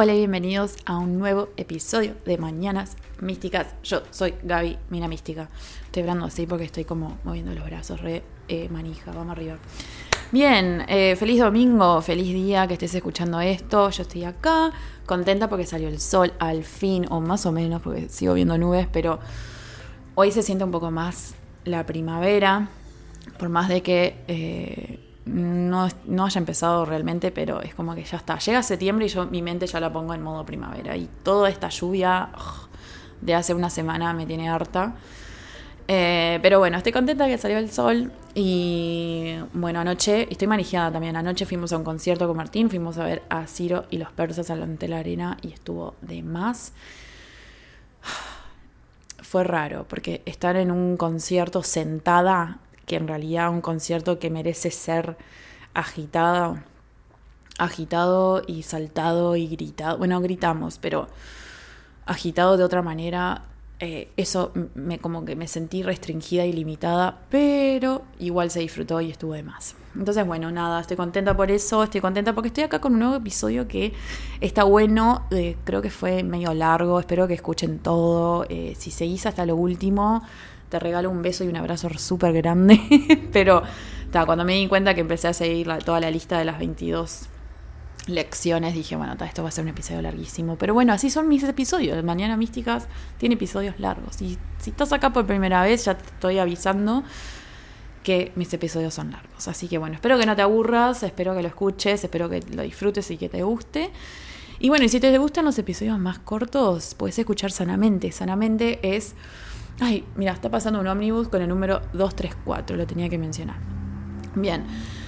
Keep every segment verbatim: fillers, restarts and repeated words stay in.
Hola y bienvenidos a un nuevo episodio de Mañanas Místicas. Yo soy Gaby, Mina Mística. Estoy hablando así porque estoy como moviendo los brazos, re eh, manija, vamos arriba. Bien, eh, feliz domingo, feliz día que estés escuchando esto. Yo estoy acá, contenta porque salió el sol al fin, o más o menos porque sigo viendo nubes, pero hoy se siente un poco más la primavera, por más de que... Eh, No, no haya empezado realmente, pero es como que ya está. Llega septiembre y yo mi mente ya la pongo en modo primavera. Y toda esta lluvia ugh, de hace una semana me tiene harta. Eh, pero bueno, estoy contenta que salió el sol. Y bueno, anoche, estoy manejada también. Anoche fuimos a un concierto con Martín. Fuimos a ver a Ciro y los Persas ante la arena. Y estuvo de más. Fue raro, porque estar en un concierto sentada, que en realidad un concierto que merece ser agitado, agitado y saltado y gritado. Bueno, gritamos, pero agitado de otra manera, eh, eso me como que me sentí restringida y limitada, pero igual se disfrutó y estuvo de más. Entonces, bueno, nada, estoy contenta por eso, estoy contenta porque estoy acá con un nuevo episodio que está bueno, eh, creo que fue medio largo, espero que escuchen todo, eh, si seguís hasta lo último, te regalo un beso y un abrazo súper grande, pero ta, cuando me di cuenta que empecé a seguir la, toda la lista de las veintidós lecciones, dije, bueno, ta, esto va a ser un episodio larguísimo, pero bueno, así son mis episodios. Mañana Místicas tiene episodios largos, y si estás acá por primera vez, ya te estoy avisando que mis episodios son largos, así que bueno, espero que no te aburras, espero que lo escuches, espero que lo disfrutes y que te guste. Y bueno, y si te gustan los episodios más cortos, puedes escuchar Sanamente. Sanamente es... Ay, mira, está pasando un ómnibus con el número dos tres cuatro, lo tenía que mencionar. Bien.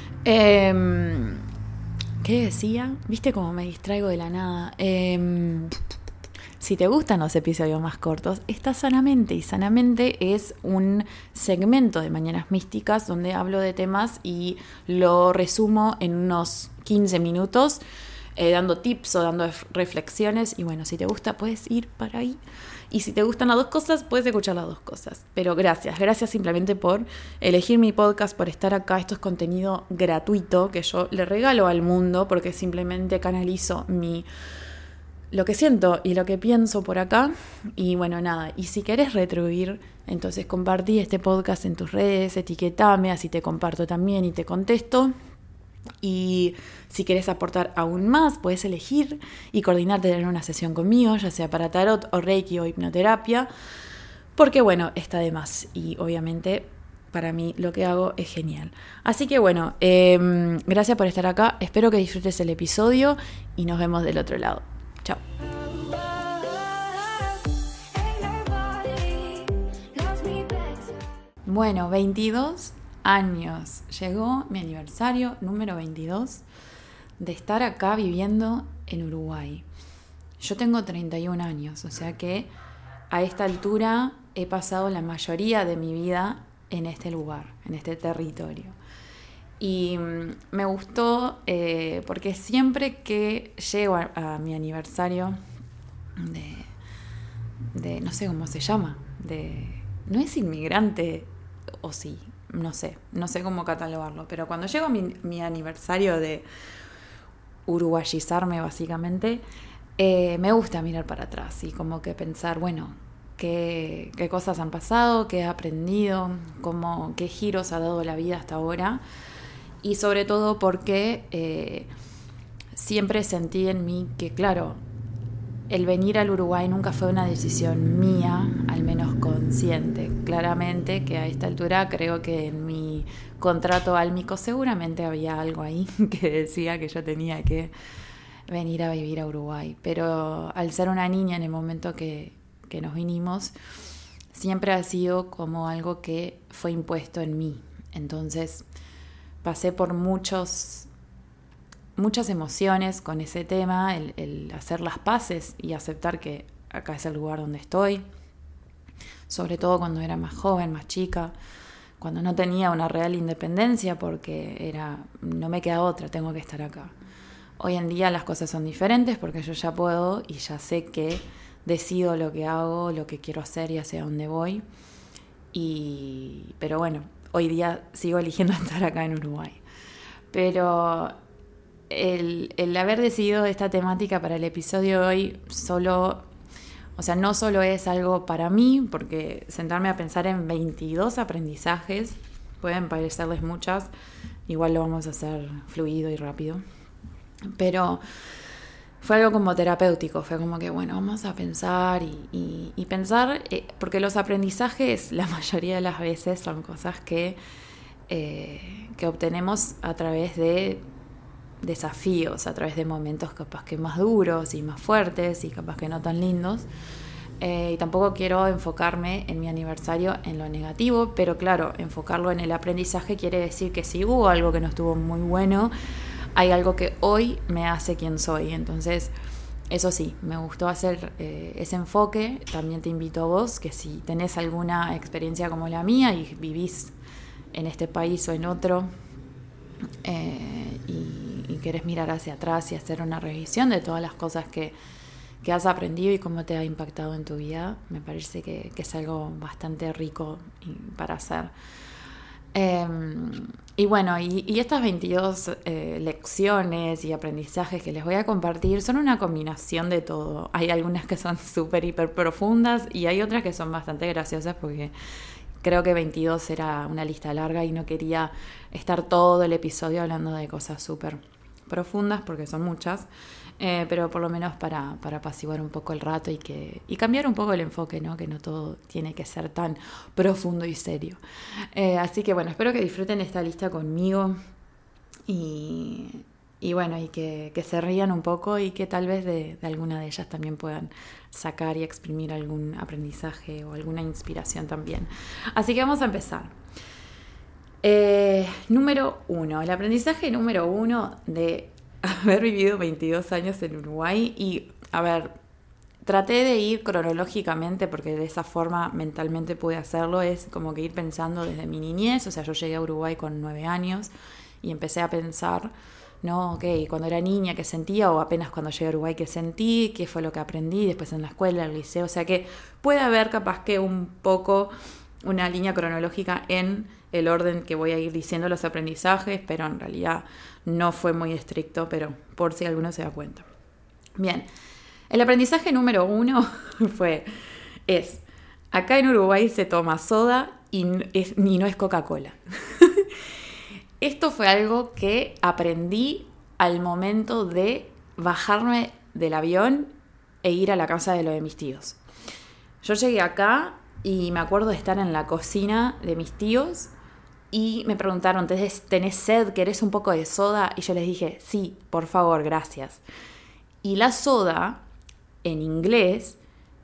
Eh, ¿Qué decía? ¿Viste cómo me distraigo de la nada? Eh, si te gustan los episodios más cortos, está Sanamente. Y Sanamente es un segmento de Mañanas Místicas donde hablo de temas y lo resumo en unos quince minutos, eh, dando tips o dando reflexiones. Y bueno, si te gusta, puedes ir para ahí. Y si te gustan las dos cosas, puedes escuchar las dos cosas. Pero gracias, gracias simplemente por elegir mi podcast, por estar acá. Esto es contenido gratuito que yo le regalo al mundo porque simplemente canalizo mi, lo que siento y lo que pienso por acá. Y bueno, nada. Y si querés retribuir, entonces compartí este podcast en tus redes, etiquetame, así te comparto también y te contesto. Y si querés aportar aún más, puedes elegir y coordinarte en una sesión conmigo, ya sea para tarot o reiki o hipnoterapia, porque bueno, está de más y obviamente para mí lo que hago es genial. Así que bueno, eh, gracias por estar acá, espero que disfrutes el episodio y nos vemos del otro lado. Chao. Bueno, veintidós años. Llegó mi aniversario número veintidós de estar acá viviendo en Uruguay. Yo tengo treinta y un años, o sea que a esta altura he pasado la mayoría de mi vida en este lugar, en este territorio. Y me gustó eh, porque siempre que llego a, a mi aniversario de, de, no sé cómo se llama, de, no es inmigrante, o sí, no sé, no sé cómo catalogarlo, pero cuando llego a mi, mi aniversario de uruguayizarme básicamente, eh, me gusta mirar para atrás y como que pensar, bueno, qué, qué cosas han pasado, qué he aprendido, cómo, qué giros ha dado la vida hasta ahora, y sobre todo porque eh, siempre sentí en mí que, claro, el venir al Uruguay nunca fue una decisión mía, al menos consciente. Claramente que a esta altura creo que en mi contrato álmico seguramente había algo ahí que decía que yo tenía que venir a vivir a Uruguay. Pero al ser una niña en el momento que, que nos vinimos, siempre ha sido como algo que fue impuesto en mí. Entonces pasé por muchos... muchas emociones con ese tema, el, el hacer las paces y aceptar que acá es el lugar donde estoy, sobre todo cuando era más joven, más chica, cuando no tenía una real independencia porque era, no me queda otra, tengo que estar acá. Hoy en día las cosas son diferentes porque yo ya puedo y ya sé que decido lo que hago, lo que quiero hacer y hacia dónde voy, y, pero bueno, hoy día sigo eligiendo estar acá en Uruguay. Pero el, el haber decidido esta temática para el episodio de hoy solo, o sea, no solo es algo para mí, porque sentarme a pensar en veintidós aprendizajes, pueden parecerles muchas, igual lo vamos a hacer fluido y rápido, pero fue algo como terapéutico, fue como que, bueno, vamos a pensar y, y, y pensar, eh, porque los aprendizajes la mayoría de las veces son cosas que, eh, que obtenemos a través de desafíos, a través de momentos capaz que más duros y más fuertes y capaz que no tan lindos. Eh, y tampoco quiero enfocarme en mi aniversario en lo negativo, pero claro, enfocarlo en el aprendizaje quiere decir que si hubo algo que no estuvo muy bueno, hay algo que hoy me hace quien soy. Entonces, eso sí, me gustó hacer eh, ese enfoque. También te invito a vos que si tenés alguna experiencia como la mía y vivís en este país o en otro eh, y, y querés mirar hacia atrás y hacer una revisión de todas las cosas que, que has aprendido y cómo te ha impactado en tu vida, me parece que, que es algo bastante rico para hacer. Eh, y bueno, y, y estas veintidós eh, lecciones y aprendizajes que les voy a compartir son una combinación de todo. Hay algunas que son súper, hiper profundas y hay otras que son bastante graciosas porque creo que veintidós era una lista larga y no quería estar todo el episodio hablando de cosas súper profundas porque son muchas. Eh, pero por lo menos para, para apaciguar un poco el rato y, que, y cambiar un poco el enfoque, ¿no? Que no todo tiene que ser tan profundo y serio. Eh, así que bueno, espero que disfruten esta lista conmigo y, y bueno, y que, que se rían un poco y que tal vez de, de alguna de ellas también puedan sacar y exprimir algún aprendizaje o alguna inspiración también. Así que vamos a empezar. Eh, número uno, el aprendizaje número uno de haber vivido veintidós años en Uruguay y, a ver, traté de ir cronológicamente porque de esa forma mentalmente pude hacerlo, es como que ir pensando desde mi niñez, o sea, yo llegué a Uruguay con nueve años y empecé a pensar, no, ok, cuando era niña qué sentía o apenas cuando llegué a Uruguay qué sentí, qué fue lo que aprendí, después en la escuela, el liceo, o sea que puede haber capaz que un poco una línea cronológica en el orden que voy a ir diciendo los aprendizajes, pero en realidad no fue muy estricto, pero por si alguno se da cuenta. Bien, el aprendizaje número uno fue, es, acá en Uruguay se toma soda y, es, y no es Coca-Cola. Esto fue algo que aprendí al momento de bajarme del avión e ir a la casa de lo de mis tíos. Yo llegué acá y me acuerdo de estar en la cocina de mis tíos y me preguntaron, ¿tenés sed? ¿Querés un poco de soda? Y yo les dije, sí, por favor, gracias. Y la soda, en inglés,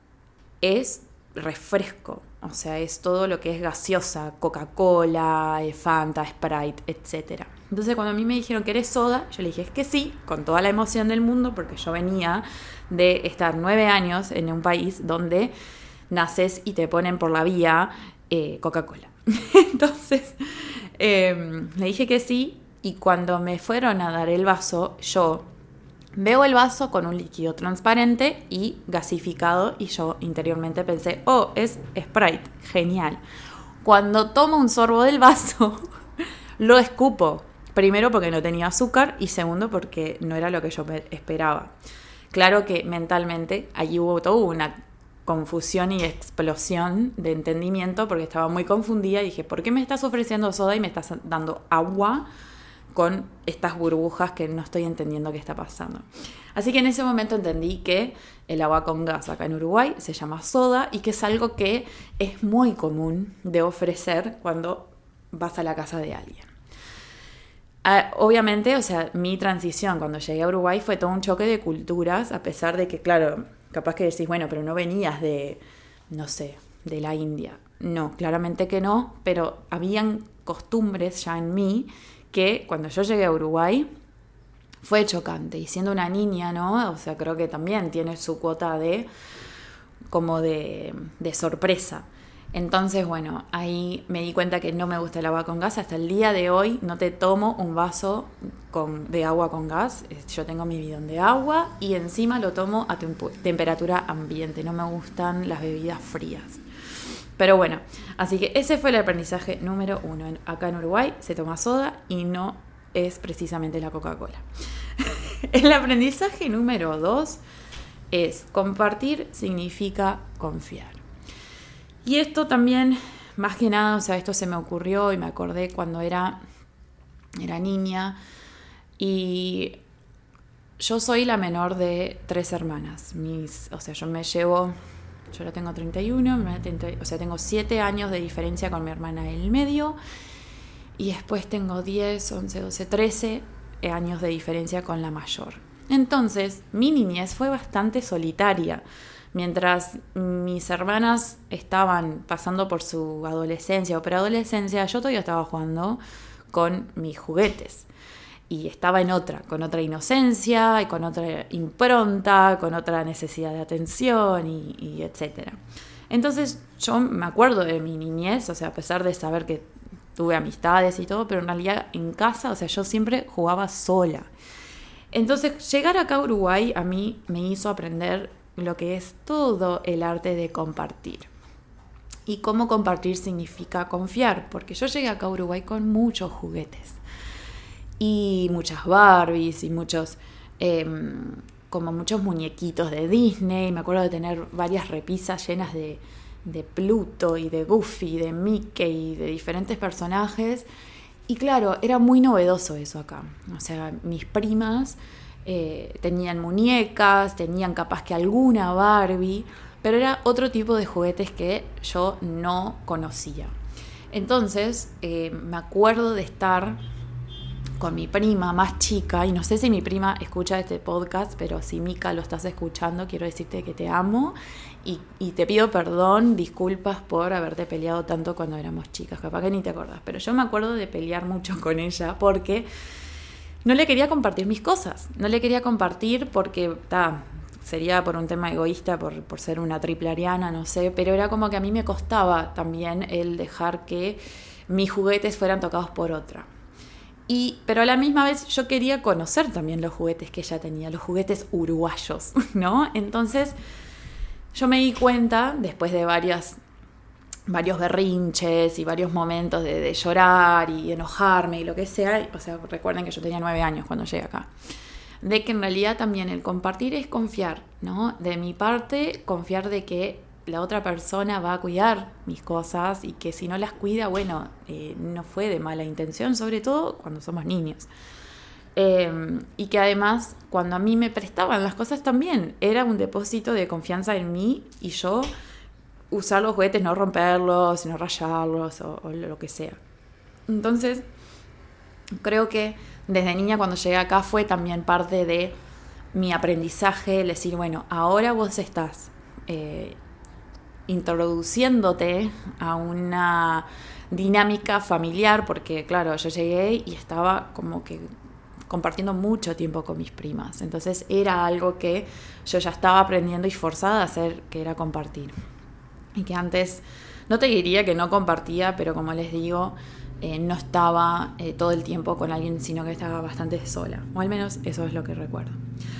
es refresco. O sea, es todo lo que es gaseosa, Coca-Cola, Fanta, Sprite, etcétera. Entonces, cuando a mí me dijeron, ¿querés soda? Yo le dije, es que sí, con toda la emoción del mundo, porque yo venía de estar nueve años en un país donde naces y te ponen por la vía eh, Coca-Cola. Entonces eh, le dije que sí y cuando me fueron a dar el vaso, yo veo el vaso con un líquido transparente y gasificado y yo interiormente pensé, oh, es Sprite, genial. Cuando tomo un sorbo del vaso, lo escupo. Primero porque no tenía azúcar y segundo porque no era lo que yo esperaba. Claro que mentalmente allí hubo toda una confusión y explosión de entendimiento porque estaba muy confundida y dije, ¿por qué me estás ofreciendo soda y me estás dando agua con estas burbujas que no estoy entendiendo qué está pasando? Así que en ese momento entendí que el agua con gas acá en Uruguay se llama soda y que es algo que es muy común de ofrecer cuando vas a la casa de alguien. Uh, obviamente, o sea, mi transición cuando llegué a Uruguay fue todo un choque de culturas, a pesar de que, claro, capaz que decís, bueno, pero no venías de, no sé, de la India. No, claramente que no, pero habían costumbres ya en mí que cuando yo llegué a Uruguay fue chocante. Y siendo una niña, ¿no? O sea, creo que también tiene su cuota de, como de, de sorpresa. Entonces, bueno, ahí me di cuenta que no me gusta el agua con gas. Hasta el día de hoy no te tomo un vaso con, de agua con gas. Yo tengo mi bidón de agua y encima lo tomo a temp- temperatura ambiente. No me gustan las bebidas frías. Pero bueno, así que ese fue el aprendizaje número uno. Acá en Uruguay se toma soda y no es precisamente la Coca-Cola. El aprendizaje número dos es compartir significa confiar. Y esto también, más que nada, o sea, esto se me ocurrió y me acordé cuando era, era niña. Y yo soy la menor de tres hermanas. Mis, o sea, yo me llevo, yo ahora tengo treinta y uno, o sea, tengo siete años de diferencia con mi hermana del medio. Y después tengo diez, once, doce, trece años de diferencia con la mayor. Entonces, mi niñez fue bastante solitaria. Mientras mis hermanas estaban pasando por su adolescencia o preadolescencia, yo todavía estaba jugando con mis juguetes. Y estaba en otra, con otra inocencia, y con otra impronta, con otra necesidad de atención, y, y etcétera. Entonces, yo me acuerdo de mi niñez, o sea, a pesar de saber que tuve amistades y todo, pero en realidad en casa, o sea, yo siempre jugaba sola. Entonces, llegar acá a Uruguay a mí me hizo aprender lo que es todo el arte de compartir. Y cómo compartir significa confiar, porque yo llegué acá a Uruguay con muchos juguetes. Y muchas Barbies y muchos, eh, como muchos muñequitos de Disney. Me acuerdo de tener varias repisas llenas de, de Pluto y de Goofy, de Mickey y de diferentes personajes. Y claro, era muy novedoso eso acá. O sea, mis primas eh, tenían muñecas, tenían capaz que alguna Barbie, pero era otro tipo de juguetes que yo no conocía. Entonces, eh, me acuerdo de estar con mi prima más chica, y no sé si mi prima escucha este podcast, pero si Mica lo estás escuchando, quiero decirte que te amo y, y te pido perdón, disculpas por haberte peleado tanto cuando éramos chicas, capaz que ni te acordás, pero yo me acuerdo de pelear mucho con ella porque no le quería compartir mis cosas, no le quería compartir porque ta, sería por un tema egoísta, por, por ser una triple ariana, no sé, pero era como que a mí me costaba también el dejar que mis juguetes fueran tocados por otra. Y, pero a la misma vez yo quería conocer también los juguetes que ella tenía, los juguetes uruguayos, ¿no? Entonces yo me di cuenta, después de varias, varios berrinches y varios momentos de, de llorar y enojarme y lo que sea, o sea, recuerden que yo tenía nueve años cuando llegué acá, de que en realidad también el compartir es confiar, ¿no? De mi parte, confiar de que la otra persona va a cuidar mis cosas y que si no las cuida, bueno, eh, no fue de mala intención, sobre todo cuando somos niños. Eh, y que además, cuando a mí me prestaban las cosas también, era un depósito de confianza en mí y yo usar los juguetes, no romperlos, no rayarlos o, o lo que sea. Entonces, creo que desde niña cuando llegué acá fue también parte de mi aprendizaje, el decir, bueno, ahora vos estás Eh, introduciéndote a una dinámica familiar, porque claro, yo llegué y estaba como que compartiendo mucho tiempo con mis primas, entonces era algo que yo ya estaba aprendiendo y forzada a hacer, que era compartir, y que antes, no te diría que no compartía, pero como les digo, eh, no estaba eh, todo el tiempo con alguien, sino que estaba bastante sola, o al menos eso es lo que recuerdo.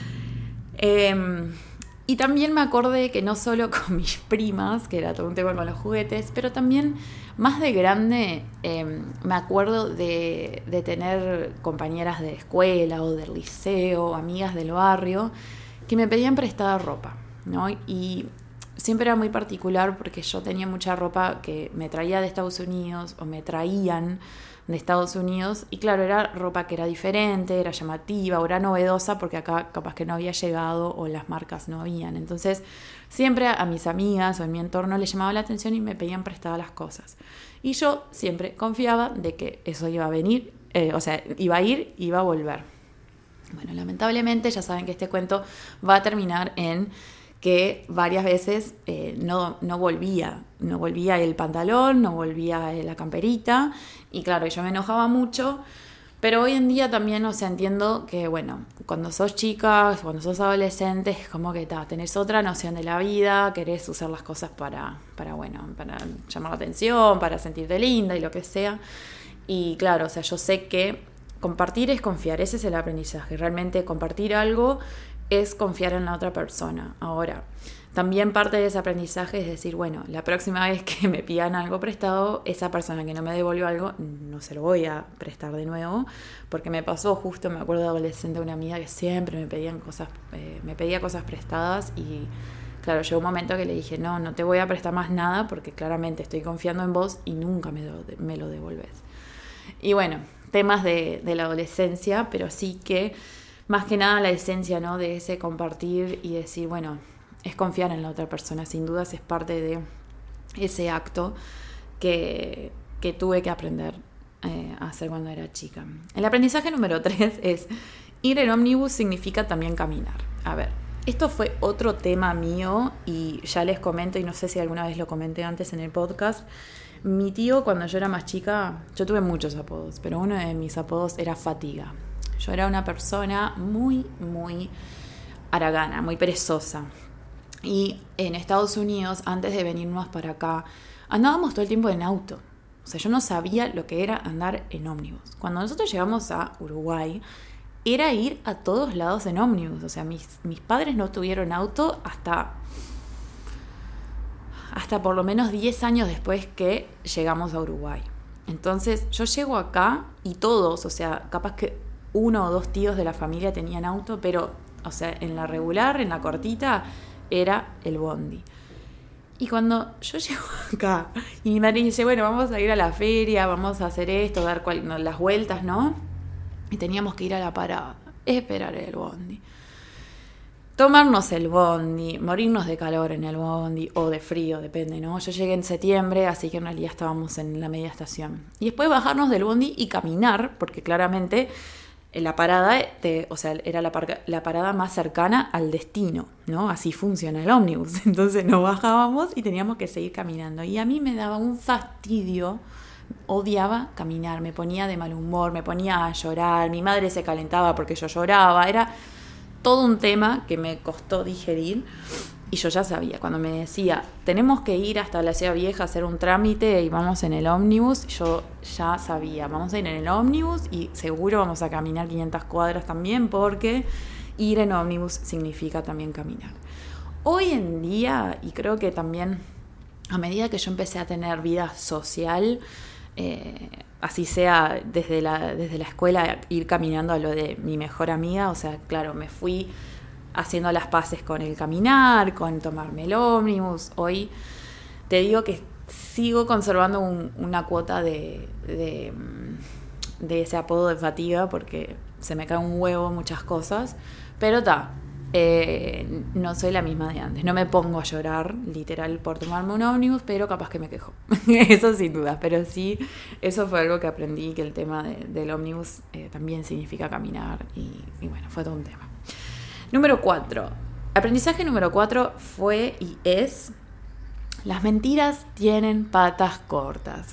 eh, Y también me acordé que no solo con mis primas, que era todo un tema con los juguetes, pero también más de grande eh, me acuerdo de, de tener compañeras de escuela o del liceo, amigas del barrio, que me pedían prestada ropa, ¿no? Y siempre era muy particular porque yo tenía mucha ropa que me traía de Estados Unidos o me traían de Estados Unidos, y claro, era ropa que era diferente, era llamativa, o era novedosa porque acá capaz que no había llegado o las marcas no habían. Entonces siempre a mis amigas o en mi entorno les llamaba la atención y me pedían prestadas las cosas. Y yo siempre confiaba de que eso iba a venir, eh, o sea, iba a ir, iba a volver. Bueno, lamentablemente ya saben que este cuento va a terminar en que varias veces eh, no, no volvía, no volvía el pantalón, no volvía la camperita, y claro, yo me enojaba mucho, pero hoy en día también, o sea, entiendo que, bueno, cuando sos chica, cuando sos adolescente, es como que ta, tenés otra noción de la vida, querés usar las cosas para, para, bueno, para llamar la atención, para sentirte linda y lo que sea, y claro, o sea, yo sé que compartir es confiar, ese es el aprendizaje, realmente compartir algo es confiar en la otra persona. Ahora, también parte de ese aprendizaje es decir, bueno, la próxima vez que me pidan algo prestado, esa persona que no me devolvió algo, no se lo voy a prestar de nuevo, porque me pasó justo, me acuerdo de adolescente, una amiga que siempre me pedían cosas, eh, me pedía cosas prestadas y claro, llegó un momento que le dije, no, no te voy a prestar más nada porque claramente estoy confiando en vos y nunca me lo, me lo devolves. Y bueno, temas de, de la adolescencia, pero sí que más que nada la esencia, ¿no? De ese compartir y decir, bueno, es confiar en la otra persona, sin dudas es parte de ese acto que, que tuve que aprender eh, a hacer cuando era chica. El aprendizaje número tres es, ir en ómnibus significa también caminar. A ver, esto fue otro tema mío y ya les comento, y no sé si alguna vez lo comenté antes en el podcast. Mi tío, cuando yo era más chica, yo tuve muchos apodos, pero uno de mis apodos era Fatiga. Yo era una persona muy, muy haragana, muy perezosa. Y en Estados Unidos, antes de venirnos para acá, andábamos todo el tiempo en auto. O sea, yo no sabía lo que era andar en ómnibus. Cuando nosotros llegamos a Uruguay, era ir a todos lados en ómnibus. O sea, mis, mis padres no tuvieron auto hasta, hasta por lo menos diez años después que llegamos a Uruguay. Entonces, yo llego acá y todos, o sea, capaz que uno o dos tíos de la familia tenían auto, pero, o sea, en la regular, en la cortita, era el bondi. Y cuando yo llego acá y mi madre dice, bueno, vamos a ir a la feria, vamos a hacer esto, dar cual, no, las vueltas, ¿no? Y teníamos que ir a la parada, esperar el bondi, tomarnos el bondi, morirnos de calor en el bondi o de frío, depende, ¿no? Yo llegué en septiembre, así que en realidad estábamos en la media estación. Y después bajarnos del bondi y caminar, porque claramente la parada, de, o sea, era la, par- la parada más cercana al destino, ¿no? Así funciona el ómnibus. Entonces nos bajábamos y teníamos que seguir caminando. Y a mí me daba un fastidio, odiaba caminar, me ponía de mal humor, me ponía a llorar, mi madre se calentaba porque yo lloraba, era todo un tema que me costó digerir. Y yo ya sabía, cuando me decía, tenemos que ir hasta la Ciudad Vieja a hacer un trámite y vamos en el ómnibus, yo ya sabía, vamos a ir en el ómnibus y seguro vamos a caminar quinientas cuadras también, porque ir en ómnibus significa también caminar. Hoy en día, y creo que también a medida que yo empecé a tener vida social, eh, así sea desde la, desde la escuela, ir caminando a lo de mi mejor amiga, o sea, claro, me fui haciendo las paces con el caminar, con tomarme el ómnibus. Hoy te digo que sigo conservando un, una cuota de, de, de ese apodo de Fatiga, porque se me cae un huevo muchas cosas, pero está, eh, no soy la misma de antes. No me pongo a llorar, literal, por tomarme un ómnibus, pero capaz que me quejo. Eso sin duda, pero sí, eso fue algo que aprendí, que el tema de, del ómnibus eh, también significa caminar y, y bueno, fue todo un tema. Número cuatro. Aprendizaje número cuatro fue y es: las mentiras tienen patas cortas.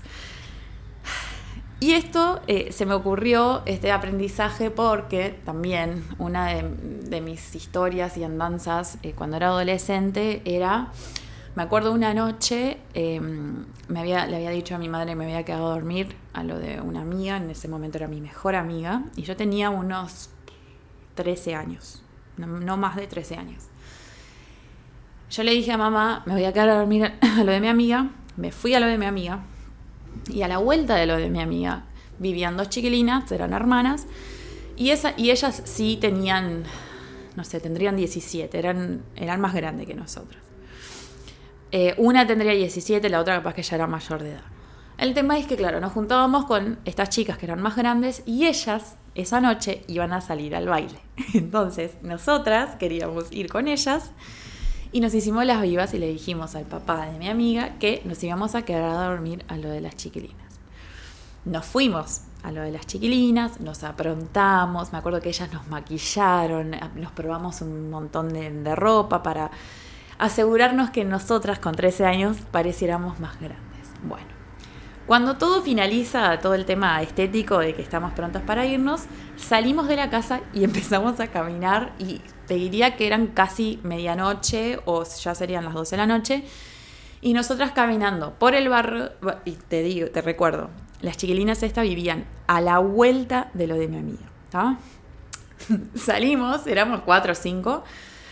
Y esto eh, se me ocurrió, este aprendizaje, porque también una de, de mis historias y andanzas eh, cuando era adolescente era, me acuerdo una noche, eh, me había, le había dicho a mi madre que me había quedado a dormir a lo de una amiga, en ese momento era mi mejor amiga, y yo tenía unos trece años. No, no más de trece años. Yo le dije a mamá, me voy a quedar a dormir a lo de mi amiga. Me fui a lo de mi amiga. Y a la vuelta de lo de mi amiga vivían dos chiquilinas, eran hermanas. Y, esa, y ellas sí tenían, no sé, tendrían diecisiete. Eran, eran más grandes que nosotras. Eh, una tendría diecisiete, la otra capaz que ya era mayor de edad. El tema es que, claro, nos juntábamos con estas chicas que eran más grandes y ellas esa noche iban a salir al baile. Entonces, nosotras queríamos ir con ellas y nos hicimos las vivas y le dijimos al papá de mi amiga que nos íbamos a quedar a dormir a lo de las chiquilinas. Nos fuimos a lo de las chiquilinas, nos aprontamos, me acuerdo que ellas nos maquillaron, nos probamos un montón de, de ropa para asegurarnos que nosotras con trece años pareciéramos más grandes. Bueno. Cuando todo finaliza, todo el tema estético de que estamos prontos para irnos, salimos de la casa y empezamos a caminar y te diría que eran casi medianoche o ya serían las doce de la noche y nosotras caminando por el barrio, y te digo, te recuerdo, las chiquilinas estas vivían a la vuelta de lo de mi amiga, ¿tá? Salimos, éramos cuatro o cinco,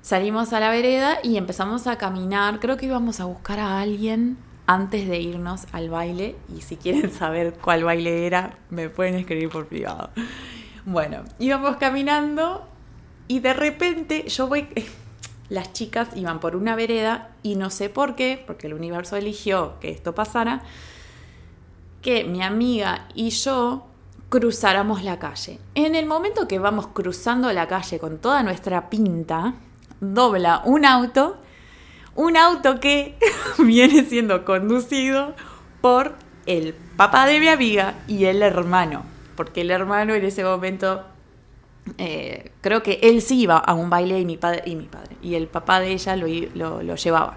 Salimos a la vereda y empezamos a caminar. Creo que íbamos a buscar a alguien antes de irnos al baile. Y si quieren saber cuál baile era, me pueden escribir por privado. Bueno, íbamos caminando y de repente yo voy... Las chicas iban por una vereda y no sé por qué, porque el universo eligió que esto pasara, que mi amiga y yo cruzáramos la calle. En el momento que vamos cruzando la calle con toda nuestra pinta, dobla un auto, un auto que viene siendo conducido por el papá de mi amiga y el hermano, porque el hermano en ese momento... Eh, creo que él sí iba a un baile y mi padre y mi padre y el papá de ella lo, lo, lo llevaba.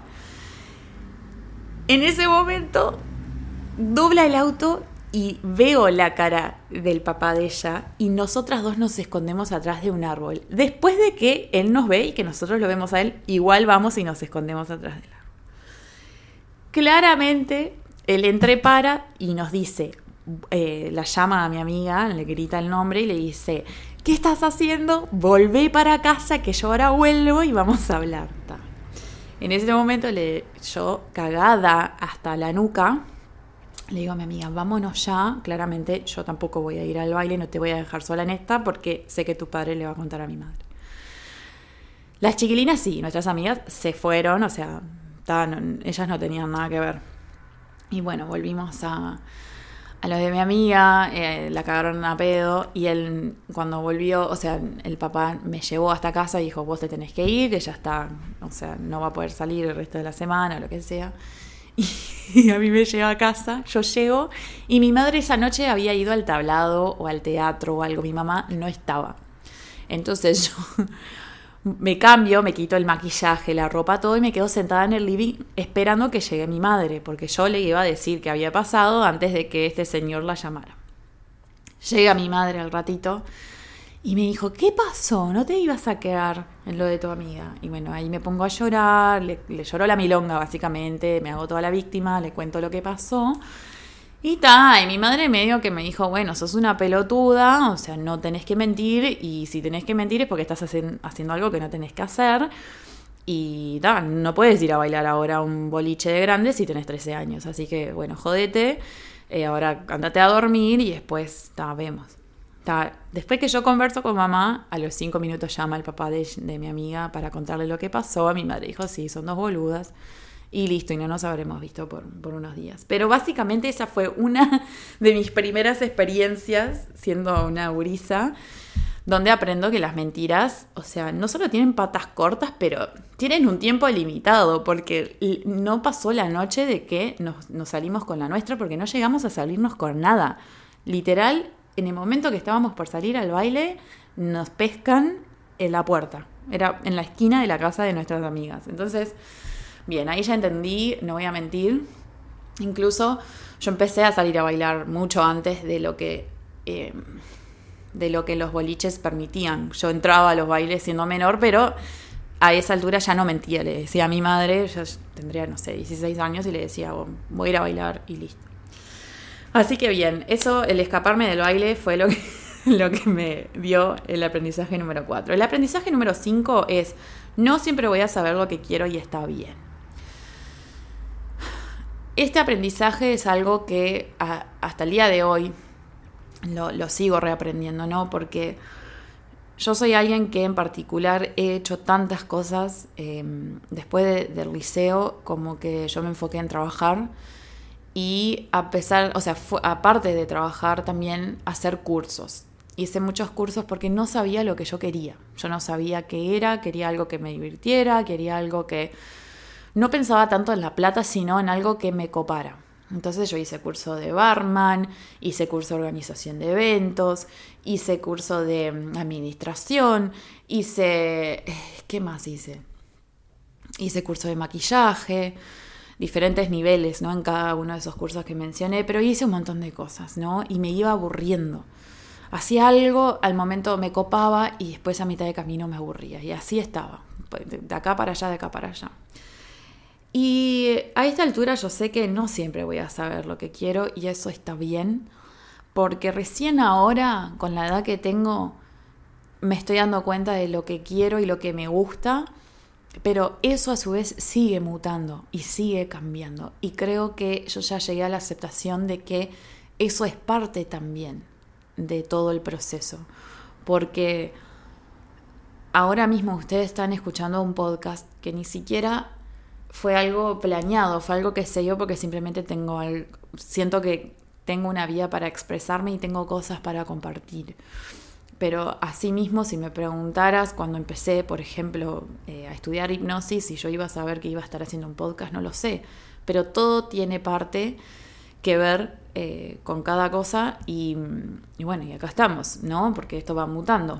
En ese momento dobla el auto y veo la cara del papá de ella y nosotras dos nos escondemos atrás de un árbol. Después de que él nos ve y que nosotros lo vemos a él, igual vamos y nos escondemos atrás del árbol. Claramente él entrepara y nos dice, eh, la llama a mi amiga, le grita el nombre y le dice: ¿qué estás haciendo? Volvé para casa que yo ahora vuelvo y vamos a hablar. Ta. En ese momento le, yo, cagada hasta la nuca, le digo a mi amiga, vámonos ya. Claramente yo tampoco voy a ir al baile, no te voy a dejar sola en esta porque sé que tu padre le va a contar a mi madre. Las chiquilinas sí, nuestras amigas se fueron, o sea, ta, no, ellas no tenían nada que ver. Y bueno, volvimos a... A lo de mi amiga, eh, la cagaron a pedo y él cuando volvió, o sea, el papá me llevó hasta casa y dijo, vos te tenés que ir, ella está, o sea, no va a poder salir el resto de la semana o lo que sea. Y, y a mí me lleva a casa, yo llego y mi madre esa noche había ido al tablado o al teatro o algo, mi mamá no estaba. Entonces yo... Me cambio, me quito el maquillaje, la ropa, todo y me quedo sentada en el living esperando que llegue mi madre, porque yo le iba a decir qué había pasado antes de que este señor la llamara. Llega mi madre al ratito y me dijo, ¿qué pasó? ¿No te ibas a quedar en lo de tu amiga? Y bueno, ahí me pongo a llorar, le, le lloró la milonga básicamente, me hago toda la víctima, le cuento lo que pasó. Y ta, y mi madre medio que me dijo, bueno, sos una pelotuda, o sea, no tenés que mentir, y si tenés que mentir es porque estás hacen, haciendo algo que no tenés que hacer, y ta, no puedes ir a bailar ahora a un boliche de grandes si tenés trece años, así que, bueno, jodete, eh, ahora andate a dormir y después, ta, vemos. Ta, después que yo converso con mamá, a los cinco minutos llama el papá de, de mi amiga para contarle lo que pasó, a mi madre dijo, sí, son dos boludas, y listo, y no nos habremos visto por, por unos días. Pero básicamente esa fue una de mis primeras experiencias siendo una gurisa, donde aprendo que las mentiras, o sea, no solo tienen patas cortas, pero tienen un tiempo limitado, porque no pasó la noche de que nos, nos salimos con la nuestra, porque no llegamos a salirnos con nada. Literal, en el momento que estábamos por salir al baile, nos pescan en la puerta. Era en la esquina de la casa de nuestras amigas. Entonces... Bien, ahí ya entendí, no voy a mentir. Incluso yo empecé a salir a bailar mucho antes de lo que eh, de lo que los boliches permitían. Yo entraba a los bailes siendo menor, pero a esa altura ya no mentía. Le decía a mi madre, yo tendría, no sé, dieciséis años, y le decía, voy a ir a bailar y listo. Así que bien, eso, el escaparme del baile fue lo que, lo que me dio el aprendizaje número cuatro. El aprendizaje número cinco es, no siempre voy a saber lo que quiero y está bien. Este aprendizaje es algo que a, hasta el día de hoy lo, lo sigo reaprendiendo, ¿no? Porque yo soy alguien que en particular he hecho tantas cosas eh, después de, del liceo, como que yo me enfoqué en trabajar y a pesar, o sea, fue, aparte de trabajar también hacer cursos. Hice muchos cursos porque no sabía lo que yo quería. Yo no sabía qué era, quería algo que me divirtiera, quería algo que... No pensaba tanto en la plata, sino en algo que me copara. Entonces yo hice curso de barman, hice curso de organización de eventos, hice curso de administración, hice... ¿Qué más hice? Hice curso de maquillaje, diferentes niveles, ¿no? En cada uno de esos cursos que mencioné, pero hice un montón de cosas, ¿no? Y me iba aburriendo. Hacía algo, al momento me copaba y después a mitad de camino me aburría. Y así estaba, de acá para allá, de acá para allá. Y a esta altura yo sé que no siempre voy a saber lo que quiero y eso está bien, porque recién ahora, con la edad que tengo, me estoy dando cuenta de lo que quiero y lo que me gusta Pero eso a su vez sigue mutando y sigue cambiando. Y creo que yo ya llegué a la aceptación de que eso es parte también de todo el proceso. Porque ahora mismo ustedes están escuchando un podcast que ni siquiera fue algo planeado, fue algo que se dio porque simplemente tengo algo, siento que tengo una vía para expresarme y tengo cosas para compartir. Pero asimismo, si me preguntaras cuando empecé, por ejemplo, eh, a estudiar hipnosis, si yo iba a saber que iba a estar haciendo un podcast, no lo sé. Pero todo tiene parte que ver eh, con cada cosa y, y bueno, y acá estamos, ¿no? Porque esto va mutando.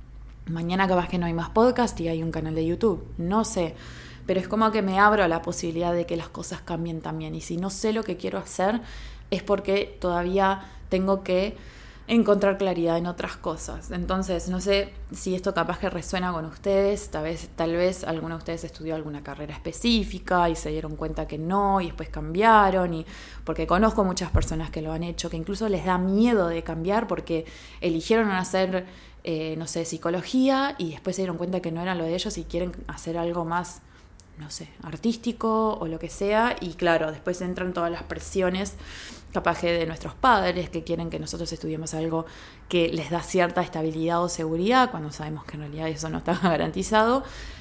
Mañana capaz que no hay más podcast y hay un canal de YouTube, no sé. Pero es como que me abro a la posibilidad de que las cosas cambien también. Y si no sé lo que quiero hacer, es porque todavía tengo que encontrar claridad en otras cosas. Entonces, no sé si esto capaz que resuena con ustedes, tal vez, tal vez alguno de ustedes estudió alguna carrera específica y se dieron cuenta que no y después cambiaron, y porque conozco muchas personas que lo han hecho, que incluso les da miedo de cambiar porque eligieron hacer, eh, no sé, psicología y después se dieron cuenta que no era lo de ellos y quieren hacer algo más, no sé, artístico o lo que sea, y claro, después entran todas las presiones capaz de nuestros padres que quieren que nosotros estudiemos algo que les da cierta estabilidad o seguridad cuando sabemos que en realidad eso no está garantizado.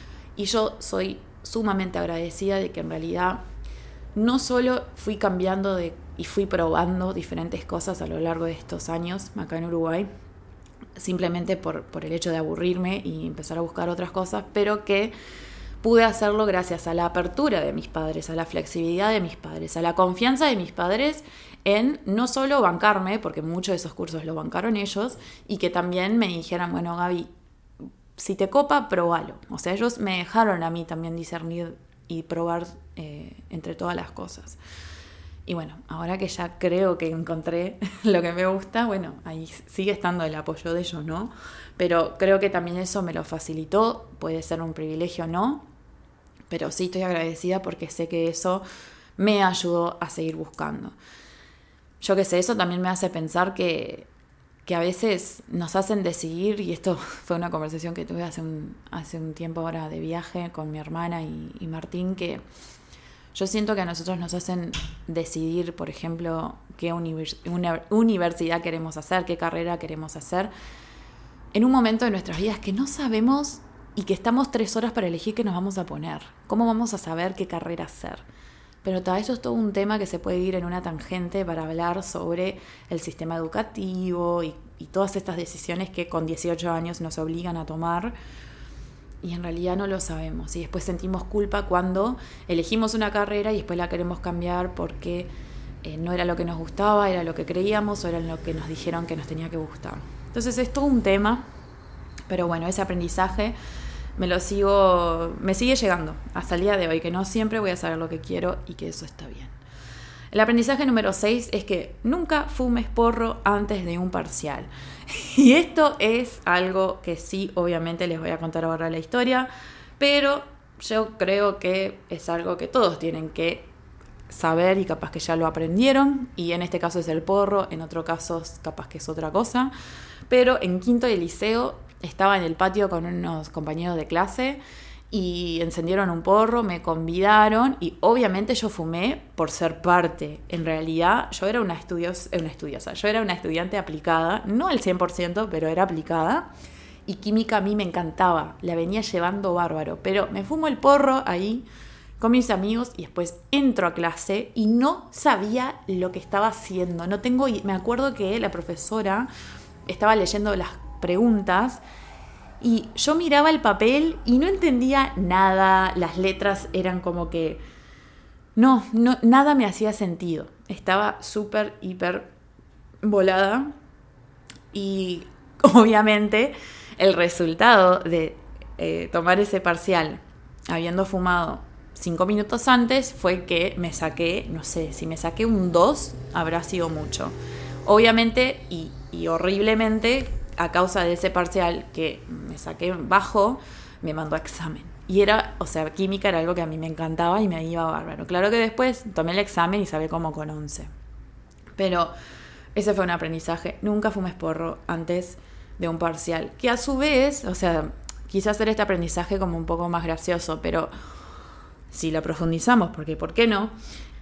Y yo soy sumamente agradecida de que en realidad no solo fui cambiando de, y fui probando diferentes cosas a lo largo de estos años acá en Uruguay, simplemente por, por el hecho de aburrirme y empezar a buscar otras cosas, pero que pude hacerlo gracias a la apertura de mis padres, a la flexibilidad de mis padres, a la confianza de mis padres en no solo bancarme, porque muchos de esos cursos lo bancaron ellos, y que también me dijeran, bueno, Gaby, si te copa, probalo. O sea, ellos me dejaron a mí también discernir y probar eh, entre todas las cosas. Y bueno, ahora que ya creo que encontré lo que me gusta, bueno, ahí sigue estando el apoyo de ellos, ¿no? Pero creo que también eso me lo facilitó, puede ser un privilegio o no, pero sí estoy agradecida porque sé que eso me ayudó a seguir buscando. Yo qué sé, eso también me hace pensar que, que a veces nos hacen decidir, y esto fue una conversación que tuve hace un, hace un tiempo ahora de viaje con mi hermana y, y Martín, que yo siento que a nosotros nos hacen decidir, por ejemplo, qué univers- una universidad queremos hacer, qué carrera queremos hacer, en un momento de nuestras vidas que no sabemos y que estamos tres horas para elegir qué nos vamos a poner. ¿Cómo vamos a saber qué carrera hacer? Pero todo eso es todo un tema que se puede ir en una tangente para hablar sobre el sistema educativo y, y todas estas decisiones que con dieciocho años nos obligan a tomar y en realidad no lo sabemos. Y después sentimos culpa cuando elegimos una carrera y después la queremos cambiar porque eh, no era lo que nos gustaba, era lo que creíamos o era lo que nos dijeron que nos tenía que gustar. Entonces es todo un tema, pero bueno, ese aprendizaje me lo sigo, me sigue llegando hasta el día de hoy, que no siempre voy a saber lo que quiero y que eso está bien. El aprendizaje número seis es que nunca fumes porro antes de un parcial. Y esto es algo que sí, obviamente les voy a contar ahora la historia, pero yo creo que es algo que todos tienen que saber y capaz que ya lo aprendieron, y en este caso es el porro, en otro caso capaz que es otra cosa, pero en quinto de liceo estaba en el patio con unos compañeros de clase y encendieron un porro, me convidaron y obviamente yo fumé por ser parte. En realidad yo era una, estudios, una estudiosa, yo era una estudiante aplicada, no al cien por ciento, pero era aplicada, y química a mí me encantaba, la venía llevando bárbaro, pero me fumo el porro ahí con mis amigos y después entro a clase y no sabía lo que estaba haciendo. No tengo, me acuerdo que la profesora estaba leyendo las preguntas y yo miraba el papel y no entendía nada, las letras eran como que no, no nada me hacía sentido, estaba súper, hiper volada, y obviamente el resultado de eh, tomar ese parcial habiendo fumado cinco minutos antes fue que me saqué, no sé, si me saqué un dos habrá sido mucho, obviamente, y, y horriblemente, a causa de ese parcial que me saqué bajo, me mandó a examen. Y era, o sea, química era algo que a mí me encantaba y me iba bárbaro. Claro que después tomé el examen y salí como con once. Pero ese fue un aprendizaje. Nunca fumes porro antes de un parcial. Que a su vez, o sea, quise hacer este aprendizaje como un poco más gracioso, pero si lo profundizamos, porque ¿por qué no?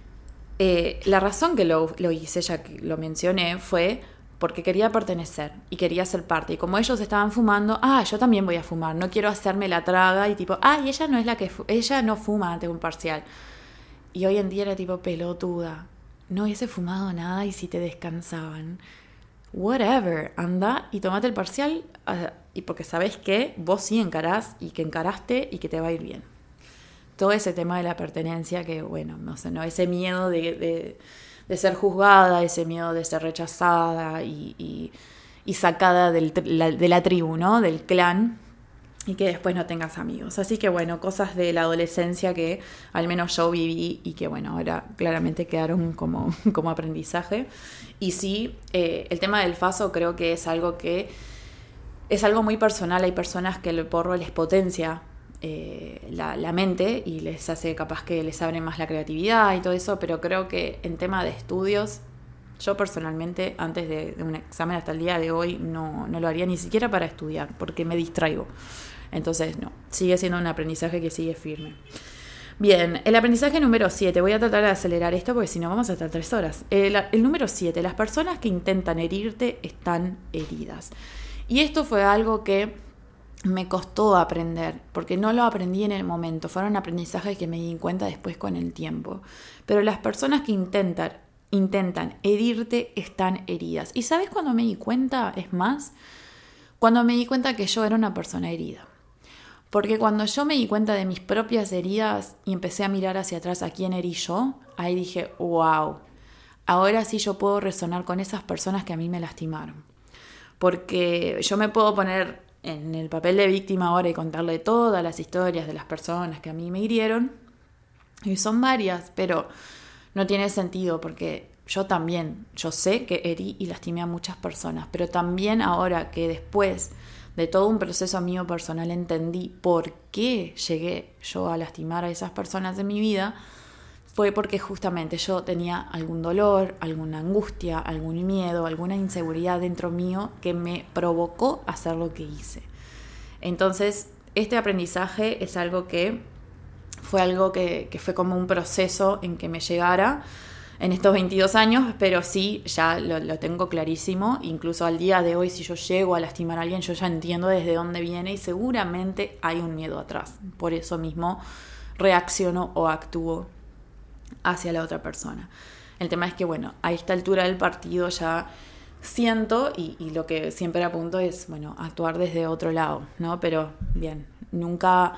Eh, la razón que lo, lo hice, ya que lo mencioné, fue porque quería pertenecer y quería ser parte. Y como ellos estaban fumando, ah, yo también voy a fumar, no quiero hacerme la traga y tipo, ah, y ella no es la que, fu- ella no fuma ante un parcial. Y hoy en día era tipo pelotuda, no hubiese fumado nada y si te descansaban. Whatever, anda y tomate el parcial uh, y porque sabés que vos sí encarás y que encaraste y que te va a ir bien. Todo ese tema de la pertenencia que, bueno, no sé, ¿no? Ese miedo de, de, de ser juzgada, ese miedo de ser rechazada y, y, y sacada del, la, de la tribu, ¿no? Del clan, y que después no tengas amigos. Así que, bueno, cosas de la adolescencia que al menos yo viví y que, bueno, ahora claramente quedaron como, como aprendizaje. Y sí, eh, el tema del faso creo que es algo que es algo muy personal. Hay personas que el porro les potencia Eh, la, la mente y les hace capaz que les abre más la creatividad y todo eso, pero creo que en tema de estudios, yo personalmente antes de, de un examen hasta el día de hoy no, no lo haría ni siquiera para estudiar, porque me distraigo. Entonces no, sigue siendo un aprendizaje que sigue firme. Bien, el aprendizaje número siete, voy a tratar de acelerar esto porque si no vamos a estar tres horas. El, el número siete, las personas que intentan herirte están heridas. Y esto fue algo que me costó aprender, porque no lo aprendí en el momento, fueron aprendizajes que me di cuenta después con el tiempo. Pero las personas que intentan, intentan herirte están heridas. ¿Y sabes cuándo me di cuenta? Es más, cuando me di cuenta que yo era una persona herida. Porque cuando yo me di cuenta de mis propias heridas y empecé a mirar hacia atrás a quién herí yo, ahí dije, wow, ahora sí yo puedo resonar con esas personas que a mí me lastimaron. Porque yo me puedo poner en el papel de víctima ahora y contarle todas las historias de las personas que a mí me hirieron, y son varias, pero no tiene sentido porque yo también, yo sé que herí y lastimé a muchas personas, pero también ahora que después de todo un proceso mío personal entendí por qué llegué yo a lastimar a esas personas de mi vida, fue porque justamente yo tenía algún dolor, alguna angustia, algún miedo, alguna inseguridad dentro mío que me provocó hacer lo que hice. Entonces, este aprendizaje es algo que fue algo que, que fue como un proceso en que me llegara en estos veintidós años, pero sí, ya lo, lo tengo clarísimo. Incluso al día de hoy, si yo llego a lastimar a alguien, yo ya entiendo desde dónde viene y seguramente hay un miedo atrás. Por eso mismo reacciono o actúo hacia la otra persona. El tema es que, bueno, a esta altura del partido ya siento y, y lo que siempre apunto es, bueno, actuar desde otro lado, ¿no? Pero bien, nunca,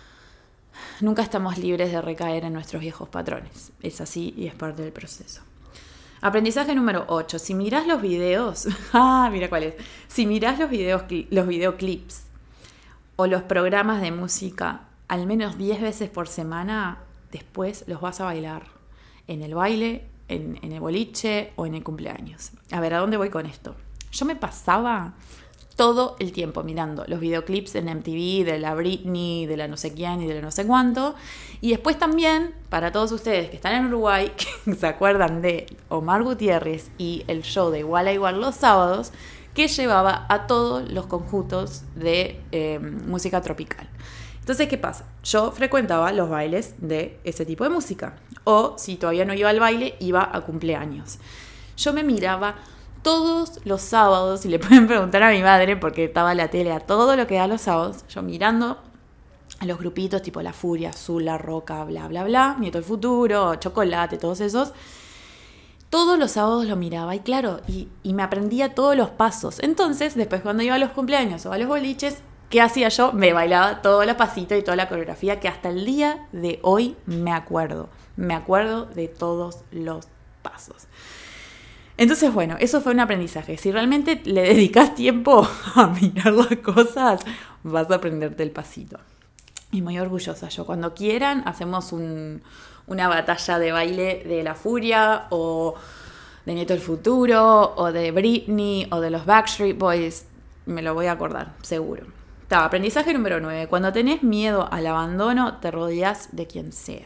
nunca estamos libres de recaer en nuestros viejos patrones. Es así y es parte del proceso. Aprendizaje número ocho. Si mirás los videos, ah, mira cuál es. Si mirás los videos, los videoclips o los programas de música al menos diez veces por semana, después los vas a bailar en el baile, en, en el boliche o en el cumpleaños. A ver, ¿a dónde voy con esto? Yo me pasaba todo el tiempo mirando los videoclips en M T V de la Britney, de la no sé quién y de la no sé cuánto. Y después también, para todos ustedes que están en Uruguay, que se acuerdan de Omar Gutiérrez y el show de Igual a Igual los sábados, que llevaba a todos los conjuntos de eh, música tropical. Entonces, ¿qué pasa? Yo frecuentaba los bailes de ese tipo de música. O, si todavía no iba al baile, iba a cumpleaños. Yo me miraba todos los sábados, y le pueden preguntar a mi madre, porque estaba la tele a todo lo que da los sábados, yo mirando a los grupitos tipo La Furia, Azul, La Roca, bla, bla, bla, Nieto del Futuro, Chocolate, todos esos. Todos los sábados lo miraba y claro, y, y me aprendía todos los pasos. Entonces, después cuando iba a los cumpleaños o a los boliches, ¿qué hacía yo? Me bailaba todos los pasitos y toda la coreografía que hasta el día de hoy me acuerdo. Me acuerdo de todos los pasos. Entonces, bueno, eso fue un aprendizaje. Si realmente le dedicas tiempo a mirar las cosas, vas a aprenderte el pasito. Y muy orgullosa yo. Cuando quieran, hacemos un, una batalla de baile de La Furia o de Nieto del Futuro o de Britney o de los Backstreet Boys. Me lo voy a acordar, seguro. Ta, aprendizaje número nueve. Cuando tenés miedo al abandono, te rodeas de quien sea.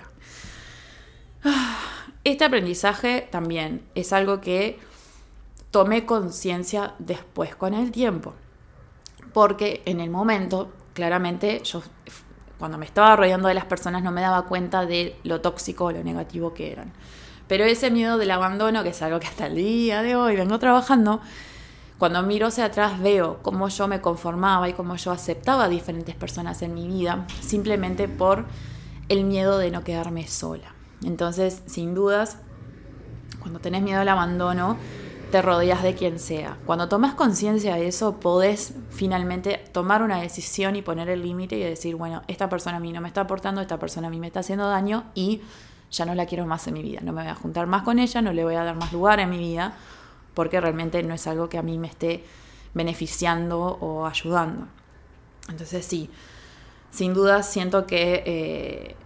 Este aprendizaje también es algo que tomé conciencia después con el tiempo. Porque en el momento claramente yo cuando me estaba rodeando de las personas no me daba cuenta de lo tóxico o lo negativo que eran. Pero ese miedo del abandono, que es algo que hasta el día de hoy vengo trabajando, cuando miro hacia atrás veo cómo yo me conformaba y cómo yo aceptaba a diferentes personas en mi vida, simplemente por el miedo de no quedarme sola. Entonces, sin dudas, cuando tenés miedo al abandono, te rodeas de quien sea. Cuando tomas conciencia de eso, podés finalmente tomar una decisión y poner el límite y decir, bueno, esta persona a mí no me está aportando, esta persona a mí me está haciendo daño y ya no la quiero más en mi vida. No me voy a juntar más con ella, no le voy a dar más lugar en mi vida, porque realmente no es algo que a mí me esté beneficiando o ayudando. Entonces sí, sin duda siento que eh,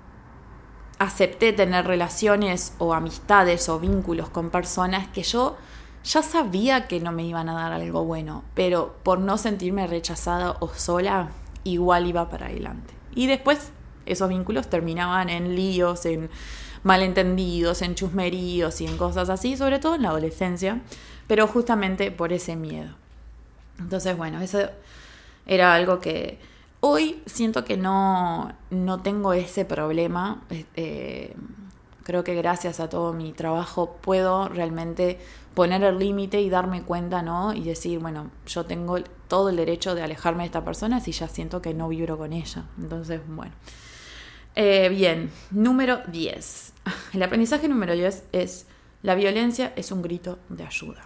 acepté tener relaciones o amistades o vínculos con personas que yo ya sabía que no me iban a dar algo bueno, pero por no sentirme rechazada o sola, igual iba para adelante. Y después esos vínculos terminaban en líos, en malentendidos, en chusmeríos y en cosas así, sobre todo en la adolescencia, pero justamente por ese miedo. Entonces, bueno, eso era algo que hoy siento que no, no tengo ese problema. Eh, creo que gracias a todo mi trabajo puedo realmente poner el límite y darme cuenta, ¿no? Y decir, bueno, yo tengo todo el derecho de alejarme de esta persona si ya siento que no vibro con ella. Entonces, bueno. Eh, bien, número diez. El aprendizaje número diez es: la violencia es un grito de ayuda.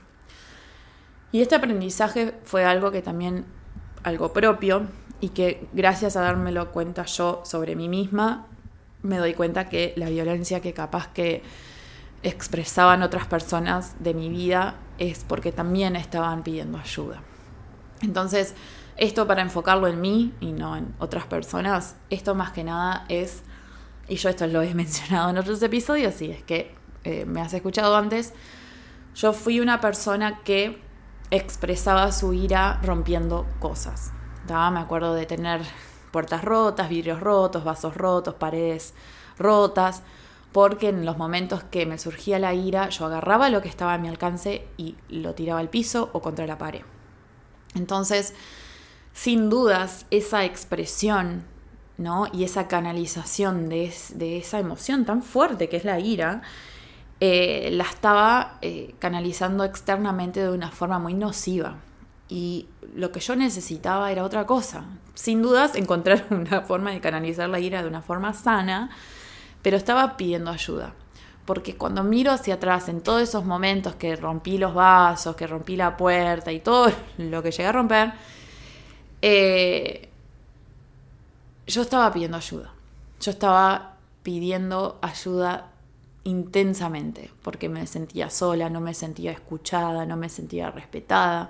Y este aprendizaje fue algo que también, algo propio, y que gracias a dármelo cuenta yo sobre mí misma, me doy cuenta que la violencia que capaz que expresaban otras personas de mi vida es porque también estaban pidiendo ayuda. Entonces, esto para enfocarlo en mí y no en otras personas, esto más que nada es, y yo esto lo he mencionado en otros episodios, si es que eh, me has escuchado antes, yo fui una persona que expresaba su ira rompiendo cosas. ¿tá? Me acuerdo de tener puertas rotas, vidrios rotos, vasos rotos, paredes rotas, porque en los momentos que me surgía la ira, yo agarraba lo que estaba a mi alcance y lo tiraba al piso o contra la pared. Entonces, sin dudas, esa expresión, ¿no? y esa canalización de, es, de esa emoción tan fuerte que es la ira, eh, la estaba eh, canalizando externamente de una forma muy nociva. Y lo que yo necesitaba era otra cosa. Sin dudas, encontrar una forma de canalizar la ira de una forma sana, pero estaba pidiendo ayuda. Porque cuando miro hacia atrás, en todos esos momentos que rompí los vasos, que rompí la puerta y todo lo que llegué a romper, eh, yo estaba pidiendo ayuda. Yo estaba pidiendo ayuda intensamente, porque me sentía sola, no me sentía escuchada, no me sentía respetada.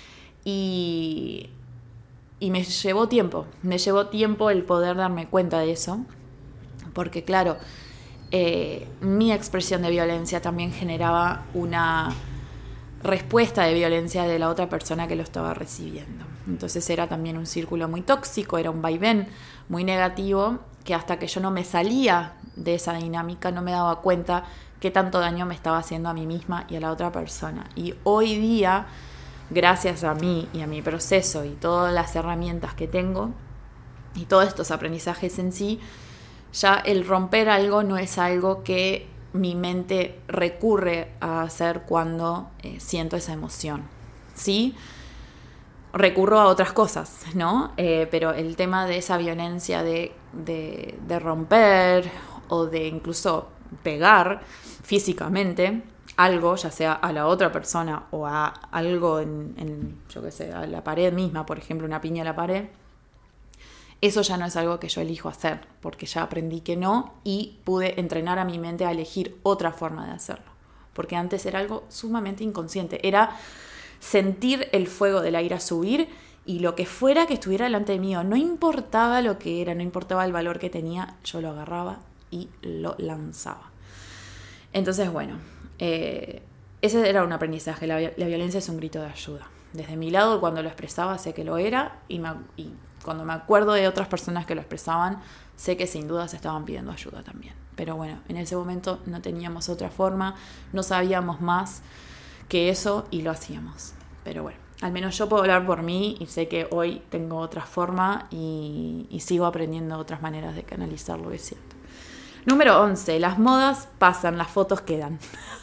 Y, y me llevó tiempo, me llevó tiempo el poder darme cuenta de eso, porque claro, eh, mi expresión de violencia también generaba una respuesta de violencia de la otra persona que lo estaba recibiendo. Entonces era también un círculo muy tóxico, era un vaivén muy negativo, que hasta que yo no me salía de esa dinámica no me daba cuenta qué tanto daño me estaba haciendo a mí misma y a la otra persona. Y hoy día, gracias a mí y a mi proceso y todas las herramientas que tengo y todos estos aprendizajes en sí, ya el romper algo no es algo que mi mente recurre a hacer cuando eh, siento esa emoción. Sí, recurro a otras cosas, ¿no? Eh, pero el tema de esa violencia de, de, de romper o de incluso pegar físicamente algo, ya sea a la otra persona o a algo en, en yo qué sé, a la pared misma, por ejemplo, una piña a la pared, eso ya no es algo que yo elijo hacer, porque ya aprendí que no y pude entrenar a mi mente a elegir otra forma de hacerlo, porque antes era algo sumamente inconsciente, era sentir el fuego de la ira subir y lo que fuera que estuviera delante mío, no importaba lo que era, no importaba el valor que tenía, yo lo agarraba y lo lanzaba. Entonces, bueno, eh, ese era un aprendizaje, la, la violencia es un grito de ayuda. Desde mi lado, cuando lo expresaba, sé que lo era y, me, y cuando me acuerdo de otras personas que lo expresaban, sé que sin duda se estaban pidiendo ayuda también. Pero bueno, en ese momento no teníamos otra forma, no sabíamos más que eso y lo hacíamos. Pero bueno, al menos yo puedo hablar por mí y sé que hoy tengo otra forma y, y sigo aprendiendo otras maneras de canalizar lo que siento. Número once. Las modas pasan, las fotos quedan.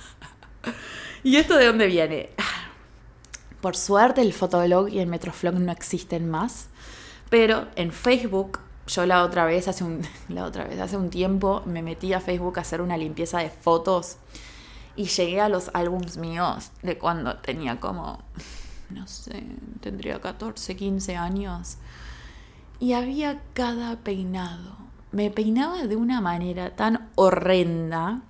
¿Y esto de dónde viene? Por suerte el Fotolog y el Metroflog no existen más, pero en Facebook, yo la otra vez, hace un, la otra vez, hace un tiempo, me metí a Facebook a hacer una limpieza de fotos y llegué a los álbums míos de cuando tenía como, no sé, tendría catorce, quince años. Y había cada peinado. Me peinaba de una manera tan horrenda.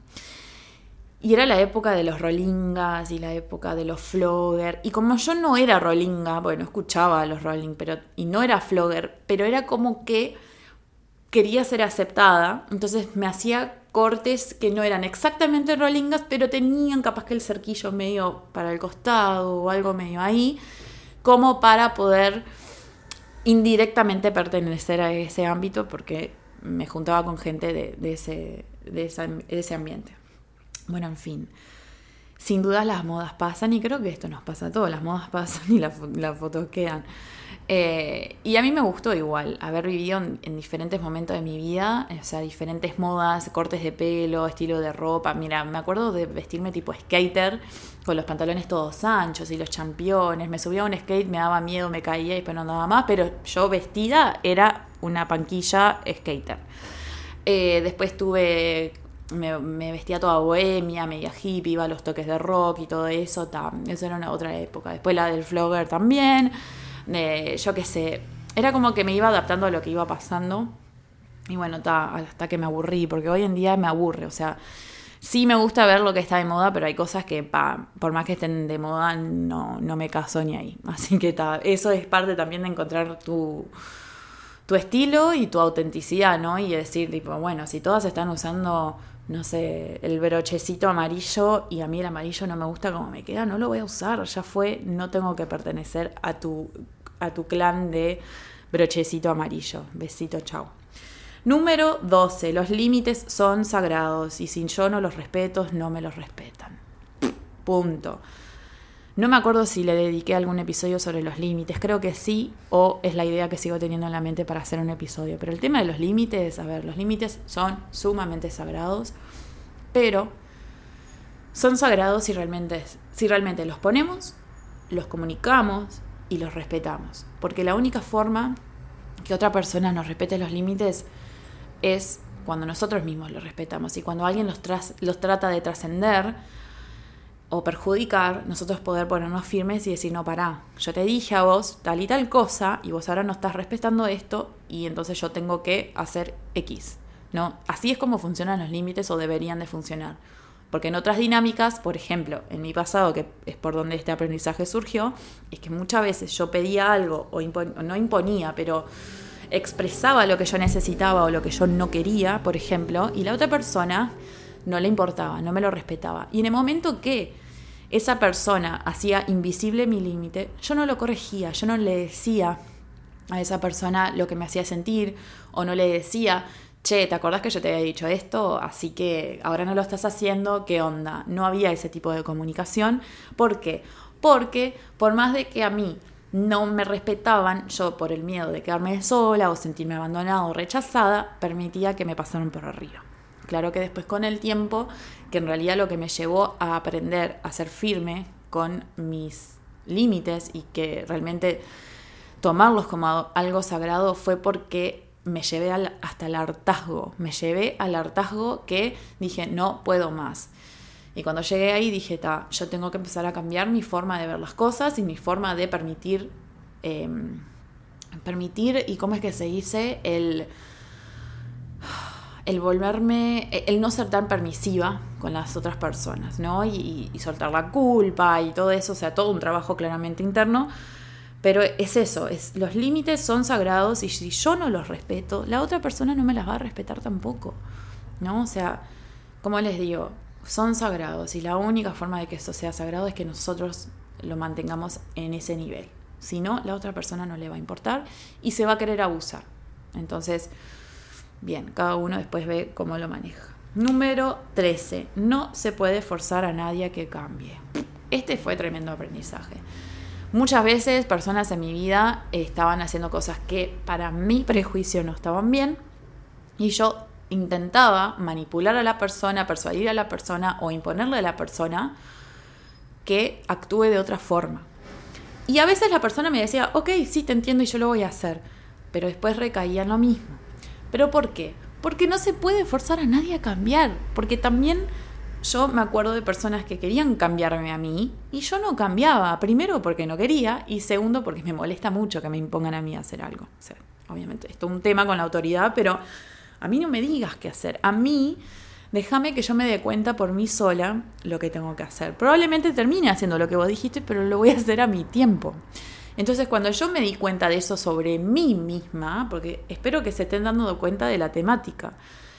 Y era la época de los rollingas y la época de los flogger. Y como yo no era rollinga, bueno, escuchaba a los rolling, pero, y no era flogger, pero era como que quería ser aceptada. Entonces me hacía cortes que no eran exactamente rollingas, pero tenían capaz que el cerquillo medio para el costado o algo medio ahí, como para poder indirectamente pertenecer a ese ámbito, porque me juntaba con gente de, de, ese, de, esa, de ese ambiente. Bueno, en fin, sin duda las modas pasan y creo que esto nos pasa a todos, las modas pasan y las, las fotos quedan. Eh, y a mí me gustó igual haber vivido en, en diferentes momentos de mi vida, o sea, diferentes modas, cortes de pelo, estilo de ropa. Mira, me acuerdo de vestirme tipo skater, con los pantalones todos anchos y los championes. Me subía a un skate, me daba miedo, me caía y después no andaba más, pero yo vestida era una panquilla skater. Eh, después tuve... Me, me vestía toda bohemia, media hippie, iba a los toques de rock y todo eso, ta, eso era una otra época. Después la del flogger también, eh, yo qué sé, era como que me iba adaptando a lo que iba pasando y bueno, ta, hasta que me aburrí, porque hoy en día me aburre, o sea, sí me gusta ver lo que está de moda, pero hay cosas que, pa, por más que estén de moda, no, no me caso ni ahí. Así que ta, eso es parte también de encontrar tu... tu estilo y tu autenticidad, ¿no? Y decir, tipo, bueno, si todas están usando, no sé, el brochecito amarillo y a mí el amarillo no me gusta como me queda, no lo voy a usar, ya fue, no tengo que pertenecer a tu, a tu clan de brochecito amarillo. Besito, chao. Número doce. Los límites son sagrados y si yo no los respeto, no me los respetan. Punto. No me acuerdo si le dediqué algún episodio sobre los límites, creo que sí, o es la idea que sigo teniendo en la mente para hacer un episodio. Pero el tema de los límites, a ver, los límites son sumamente sagrados, pero son sagrados si realmente, si realmente los ponemos, los comunicamos y los respetamos. Porque la única forma que otra persona nos respete los límites es cuando nosotros mismos los respetamos. Y cuando alguien los, tras, los trata de trascender o perjudicar, nosotros poder ponernos firmes y decir, no, pará, yo te dije a vos tal y tal cosa y vos ahora no estás respetando esto y entonces yo tengo que hacer X, ¿no? Así es como funcionan los límites o deberían de funcionar. Porque en otras dinámicas, por ejemplo, en mi pasado, que es por donde este aprendizaje surgió, es que muchas veces yo pedía algo o, impon- o no imponía, pero expresaba lo que yo necesitaba o lo que yo no quería, por ejemplo, y la otra persona no le importaba, no me lo respetaba. Y en el momento que esa persona hacía invisible mi límite, yo no lo corregía, yo no le decía a esa persona lo que me hacía sentir, o no le decía, che, ¿te acordás que yo te había dicho esto? Así que ahora no lo estás haciendo, ¿qué onda? No había ese tipo de comunicación. ¿Por qué? Porque por más de que a mí no me respetaban, yo por el miedo de quedarme sola o sentirme abandonada o rechazada, permitía que me pasaran por arriba. Claro que después con el tiempo, que en realidad lo que me llevó a aprender a ser firme con mis límites y que realmente tomarlos como algo sagrado fue porque me llevé al, hasta el hartazgo, me llevé al hartazgo que dije no puedo más. Y cuando llegué ahí dije, ta, yo tengo que empezar a cambiar mi forma de ver las cosas y mi forma de permitir, eh, permitir y cómo es que se dice, el... el volverme, el no ser tan permisiva con las otras personas, ¿no? Y, y soltar la culpa y todo eso, o sea, todo un trabajo claramente interno, pero es eso, es, los límites son sagrados y si yo no los respeto, la otra persona no me las va a respetar tampoco, ¿no? O sea, como les digo, son sagrados y la única forma de que esto sea sagrado es que nosotros lo mantengamos en ese nivel. Si no, la otra persona no le va a importar y se va a querer abusar. Entonces, bien, cada uno después ve cómo lo maneja. Número trece. No se puede forzar a nadie a que cambie. Este fue tremendo aprendizaje. Muchas veces personas en mi vida estaban haciendo cosas que para mi prejuicio no estaban bien y yo intentaba manipular a la persona, persuadir a la persona o imponerle a la persona que actúe de otra forma. Y a veces la persona me decía, ok, sí, te entiendo y yo lo voy a hacer, pero después recaía en lo mismo. ¿Pero por qué? Porque no se puede forzar a nadie a cambiar, porque también yo me acuerdo de personas que querían cambiarme a mí y yo no cambiaba, primero porque no quería y segundo porque me molesta mucho que me impongan a mí a hacer algo. O sea, obviamente esto es un tema con la autoridad, pero a mí no me digas qué hacer, a mí déjame que yo me dé cuenta por mí sola lo que tengo que hacer. Probablemente termine haciendo lo que vos dijiste, pero lo voy a hacer a mi tiempo. Entonces, cuando yo me di cuenta de eso sobre mí misma, porque espero que se estén dando cuenta de la temática,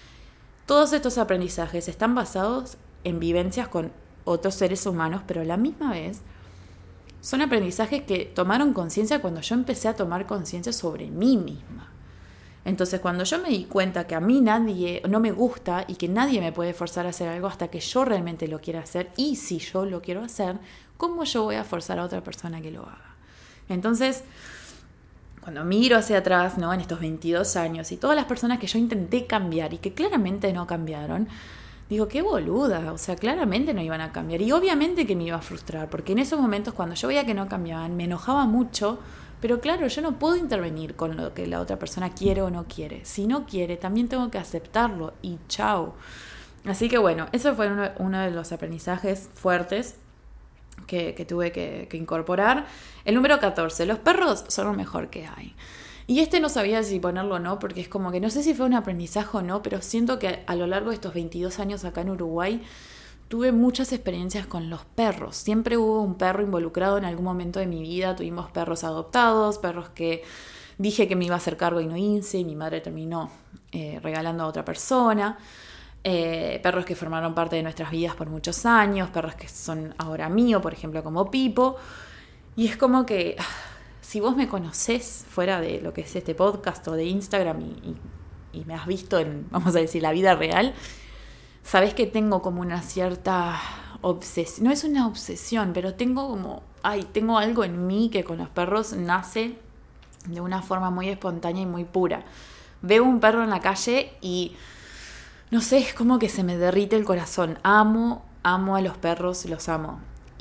todos estos aprendizajes están basados en vivencias con otros seres humanos, pero a la misma vez son aprendizajes que tomaron conciencia cuando yo empecé a tomar conciencia sobre mí misma. Entonces, cuando yo me di cuenta que a mí nadie, no me gusta y que nadie me puede forzar a hacer algo hasta que yo realmente lo quiera hacer, y si yo lo quiero hacer, ¿cómo yo voy a forzar a otra persona que lo haga? Entonces, cuando miro hacia atrás, ¿no? En estos veintidós años y todas las personas que yo intenté cambiar y que claramente no cambiaron, digo, qué boluda, o sea, claramente no iban a cambiar. Y obviamente que me iba a frustrar, porque en esos momentos cuando yo veía que no cambiaban, me enojaba mucho. Pero claro, yo no puedo intervenir con lo que la otra persona quiere o no quiere. Si no quiere, también tengo que aceptarlo y chao. Así que bueno, eso fue uno, uno de los aprendizajes fuertes que, que tuve que, que incorporar. El número catorce, los perros son lo mejor que hay. Y este no sabía si ponerlo o no, porque es como que no sé si fue un aprendizaje o no, pero siento que a lo largo de estos veintidós años acá en Uruguay tuve muchas experiencias con los perros. Siempre hubo un perro involucrado en algún momento de mi vida. Tuvimos perros adoptados, perros que dije que me iba a hacer cargo y no hice, y mi madre terminó eh, regalando a otra persona. Eh, perros que formaron parte de nuestras vidas por muchos años, perros que son ahora míos, por ejemplo, como Pipo. Y es como que, si vos me conocés fuera de lo que es este podcast o de Instagram y, y, y me has visto en, vamos a decir, la vida real, sabés que tengo como una cierta obsesión, no es una obsesión, pero tengo como, ay, tengo algo en mí que con los perros nace de una forma muy espontánea y muy pura. Veo un perro en la calle y, no sé, es como que se me derrite el corazón. Amo, amo a los perros, los amo.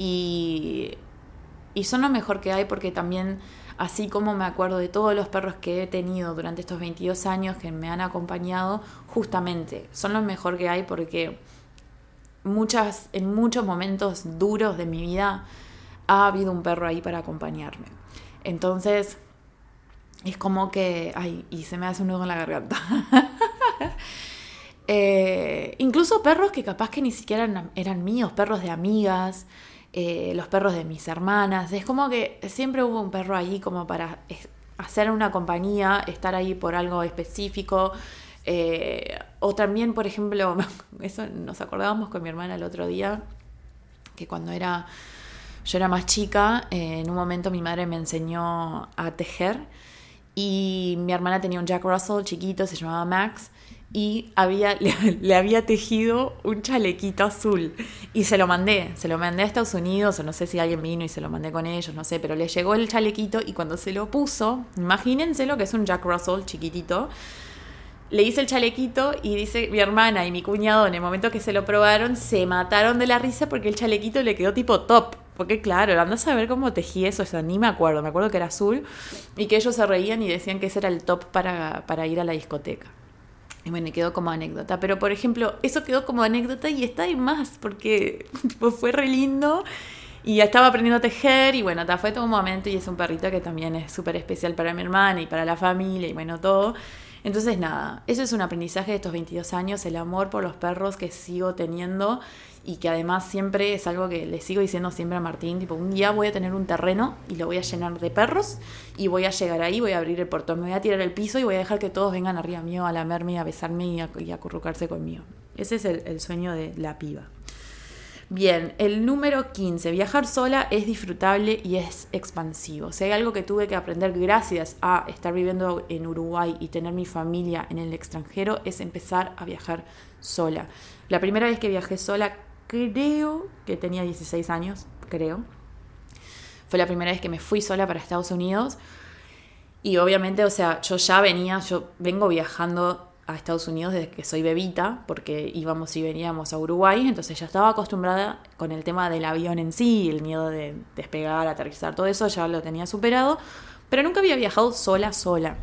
Y, y son lo mejor que hay porque también, así como me acuerdo de todos los perros que he tenido durante estos veintidós años que me han acompañado, justamente son lo mejor que hay porque muchas, en muchos momentos duros de mi vida ha habido un perro ahí para acompañarme. Entonces, es como que, ay, y se me hace un nudo en la garganta. eh, incluso perros que capaz que ni siquiera eran, eran míos, perros de amigas, Eh, los perros de mis hermanas. Es como que siempre hubo un perro ahí como para es, hacer una compañía, estar ahí por algo específico. Eh, o también, por ejemplo, eso nos acordábamos con mi hermana el otro día, que cuando era yo era más chica, eh, en un momento mi madre me enseñó a tejer y mi hermana tenía un Jack Russell chiquito, se llamaba Max, y había, le, le había tejido un chalequito azul y se lo mandé, se lo mandé a Estados Unidos, o no sé si alguien vino y se lo mandé con ellos, no sé, pero le llegó el chalequito y cuando se lo puso, imagínense lo que es un Jack Russell chiquitito, le hice el chalequito y dice mi hermana y mi cuñado en el momento que se lo probaron se mataron de la risa porque el chalequito le quedó tipo top. Porque claro, andás a ver cómo tejí eso, o sea, ni me acuerdo, me acuerdo que era azul y que ellos se reían y decían que ese era el top para, para ir a la discoteca. Y bueno, quedó como anécdota. Pero por ejemplo, eso quedó como anécdota y está ahí más porque tipo, fue re lindo y ya estaba aprendiendo a tejer y bueno, fue todo un momento y es un perrito que también es súper especial para mi hermana y para la familia y bueno, todo. Entonces nada, eso es un aprendizaje de estos veintidós años, el amor por los perros que sigo teniendo y que además siempre es algo que le sigo diciendo siempre a Martín, tipo un día voy a tener un terreno y lo voy a llenar de perros y voy a llegar ahí, voy a abrir el portón, me voy a tirar al piso y voy a dejar que todos vengan arriba mío a lamerme y a besarme y a, y a acurrucarse conmigo. Ese es el, el sueño de la piba. Bien, el número quince, viajar sola es disfrutable y es expansivo. Si hay algo que tuve que aprender gracias a estar viviendo en Uruguay y tener mi familia en el extranjero es empezar a viajar sola. La primera vez que viajé sola creo que tenía dieciséis años, creo. Fue la primera vez que me fui sola para Estados Unidos. Y obviamente, o sea, yo ya venía, yo vengo viajando a Estados Unidos desde que soy bebita, porque íbamos y veníamos a Uruguay, entonces ya estaba acostumbrada con el tema del avión en sí, el miedo de despegar, aterrizar, todo eso ya lo tenía superado, pero nunca había viajado sola, sola.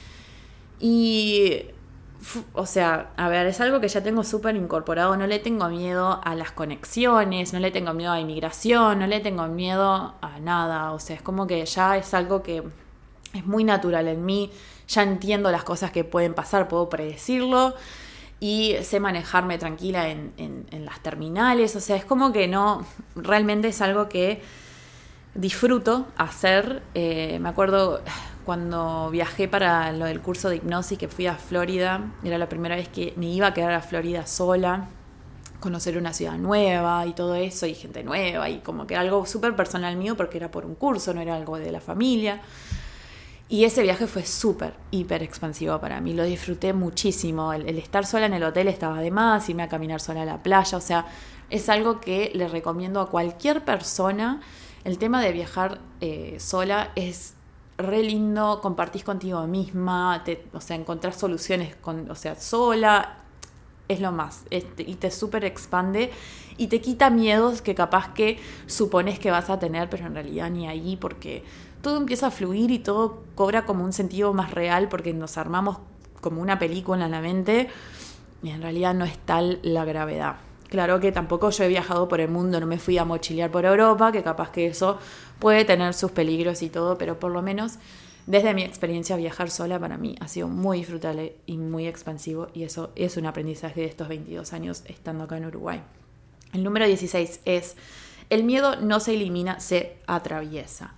Y, o sea, a ver, es algo que ya tengo súper incorporado, no le tengo miedo a las conexiones, no le tengo miedo a inmigración, no le tengo miedo a nada, o sea, es como que ya es algo que es muy natural en mí, ya entiendo las cosas que pueden pasar, puedo predecirlo y sé manejarme tranquila en, en, en las terminales, o sea, es como que no, realmente es algo que disfruto hacer. Eh, me acuerdo cuando viajé para lo del curso de hipnosis, que fui a Florida, era la primera vez que me iba a quedar a Florida sola, conocer una ciudad nueva y todo eso, y gente nueva, y como que algo súper personal mío, porque era por un curso, no era algo de la familia. Y ese viaje fue súper, hiper expansivo para mí, lo disfruté muchísimo, el, el estar sola en el hotel estaba de más, irme a caminar sola a la playa, o sea, es algo que le recomiendo a cualquier persona. El tema de viajar eh, sola es re lindo, compartís contigo misma, te, o sea, encontrás soluciones con, o sea, sola, es lo más, es, y te súper expande y te quita miedos que capaz que supones que vas a tener, pero en realidad ni ahí, porque todo empieza a fluir y todo cobra como un sentido más real, porque nos armamos como una película en la mente y en realidad no es tal la gravedad. Claro que tampoco yo he viajado por el mundo, no me fui a mochilear por Europa, que capaz que eso puede tener sus peligros y todo, pero por lo menos desde mi experiencia viajar sola para mí ha sido muy disfrutable y muy expansivo, y eso es un aprendizaje de estos veintidós años estando acá en Uruguay. El número dieciséis es: el miedo no se elimina, se atraviesa.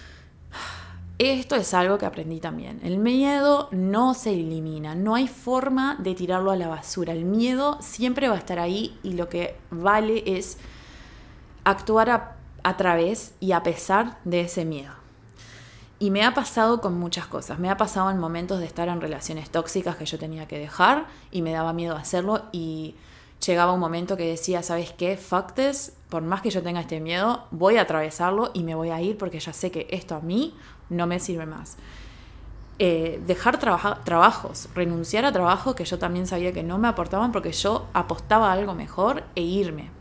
Esto es algo que aprendí también. El miedo no se elimina, no hay forma de tirarlo a la basura. El miedo siempre va a estar ahí y lo que vale es actuar a, a través y a pesar de ese miedo. Y me ha pasado con muchas cosas. Me ha pasado en momentos de estar en relaciones tóxicas que yo tenía que dejar y me daba miedo hacerlo, y llegaba un momento que decía, ¿sabes qué? Fuck this, por más que yo tenga este miedo, voy a atravesarlo y me voy a ir porque ya sé que esto a mí no me sirve más. Eh, dejar trabaja- trabajos, renunciar a trabajos que yo también sabía que no me aportaban porque yo apostaba a algo mejor, e irme.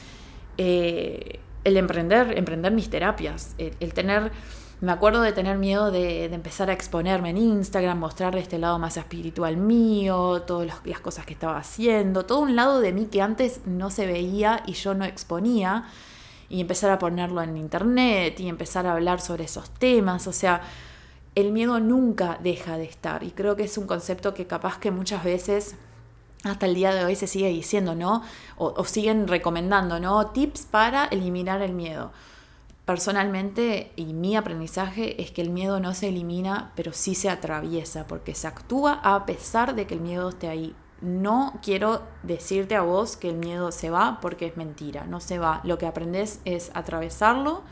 Eh, el emprender, emprender mis terapias, el, el tener... Me acuerdo de tener miedo de, de empezar a exponerme en Instagram, mostrar este lado más espiritual mío, todas los, las cosas que estaba haciendo, todo un lado de mí que antes no se veía y yo no exponía, y empezar a ponerlo en internet y empezar a hablar sobre esos temas. O sea, el miedo nunca deja de estar, y creo que es un concepto que capaz que muchas veces hasta el día de hoy se sigue diciendo, ¿no? O, o siguen recomendando, ¿no? Tips para eliminar el miedo. Personalmente, y mi aprendizaje es que el miedo no se elimina, pero sí se atraviesa, porque se actúa a pesar de que el miedo esté ahí. No quiero decirte a vos que el miedo se va, porque es mentira, no se va. Lo que aprendes es atravesarlo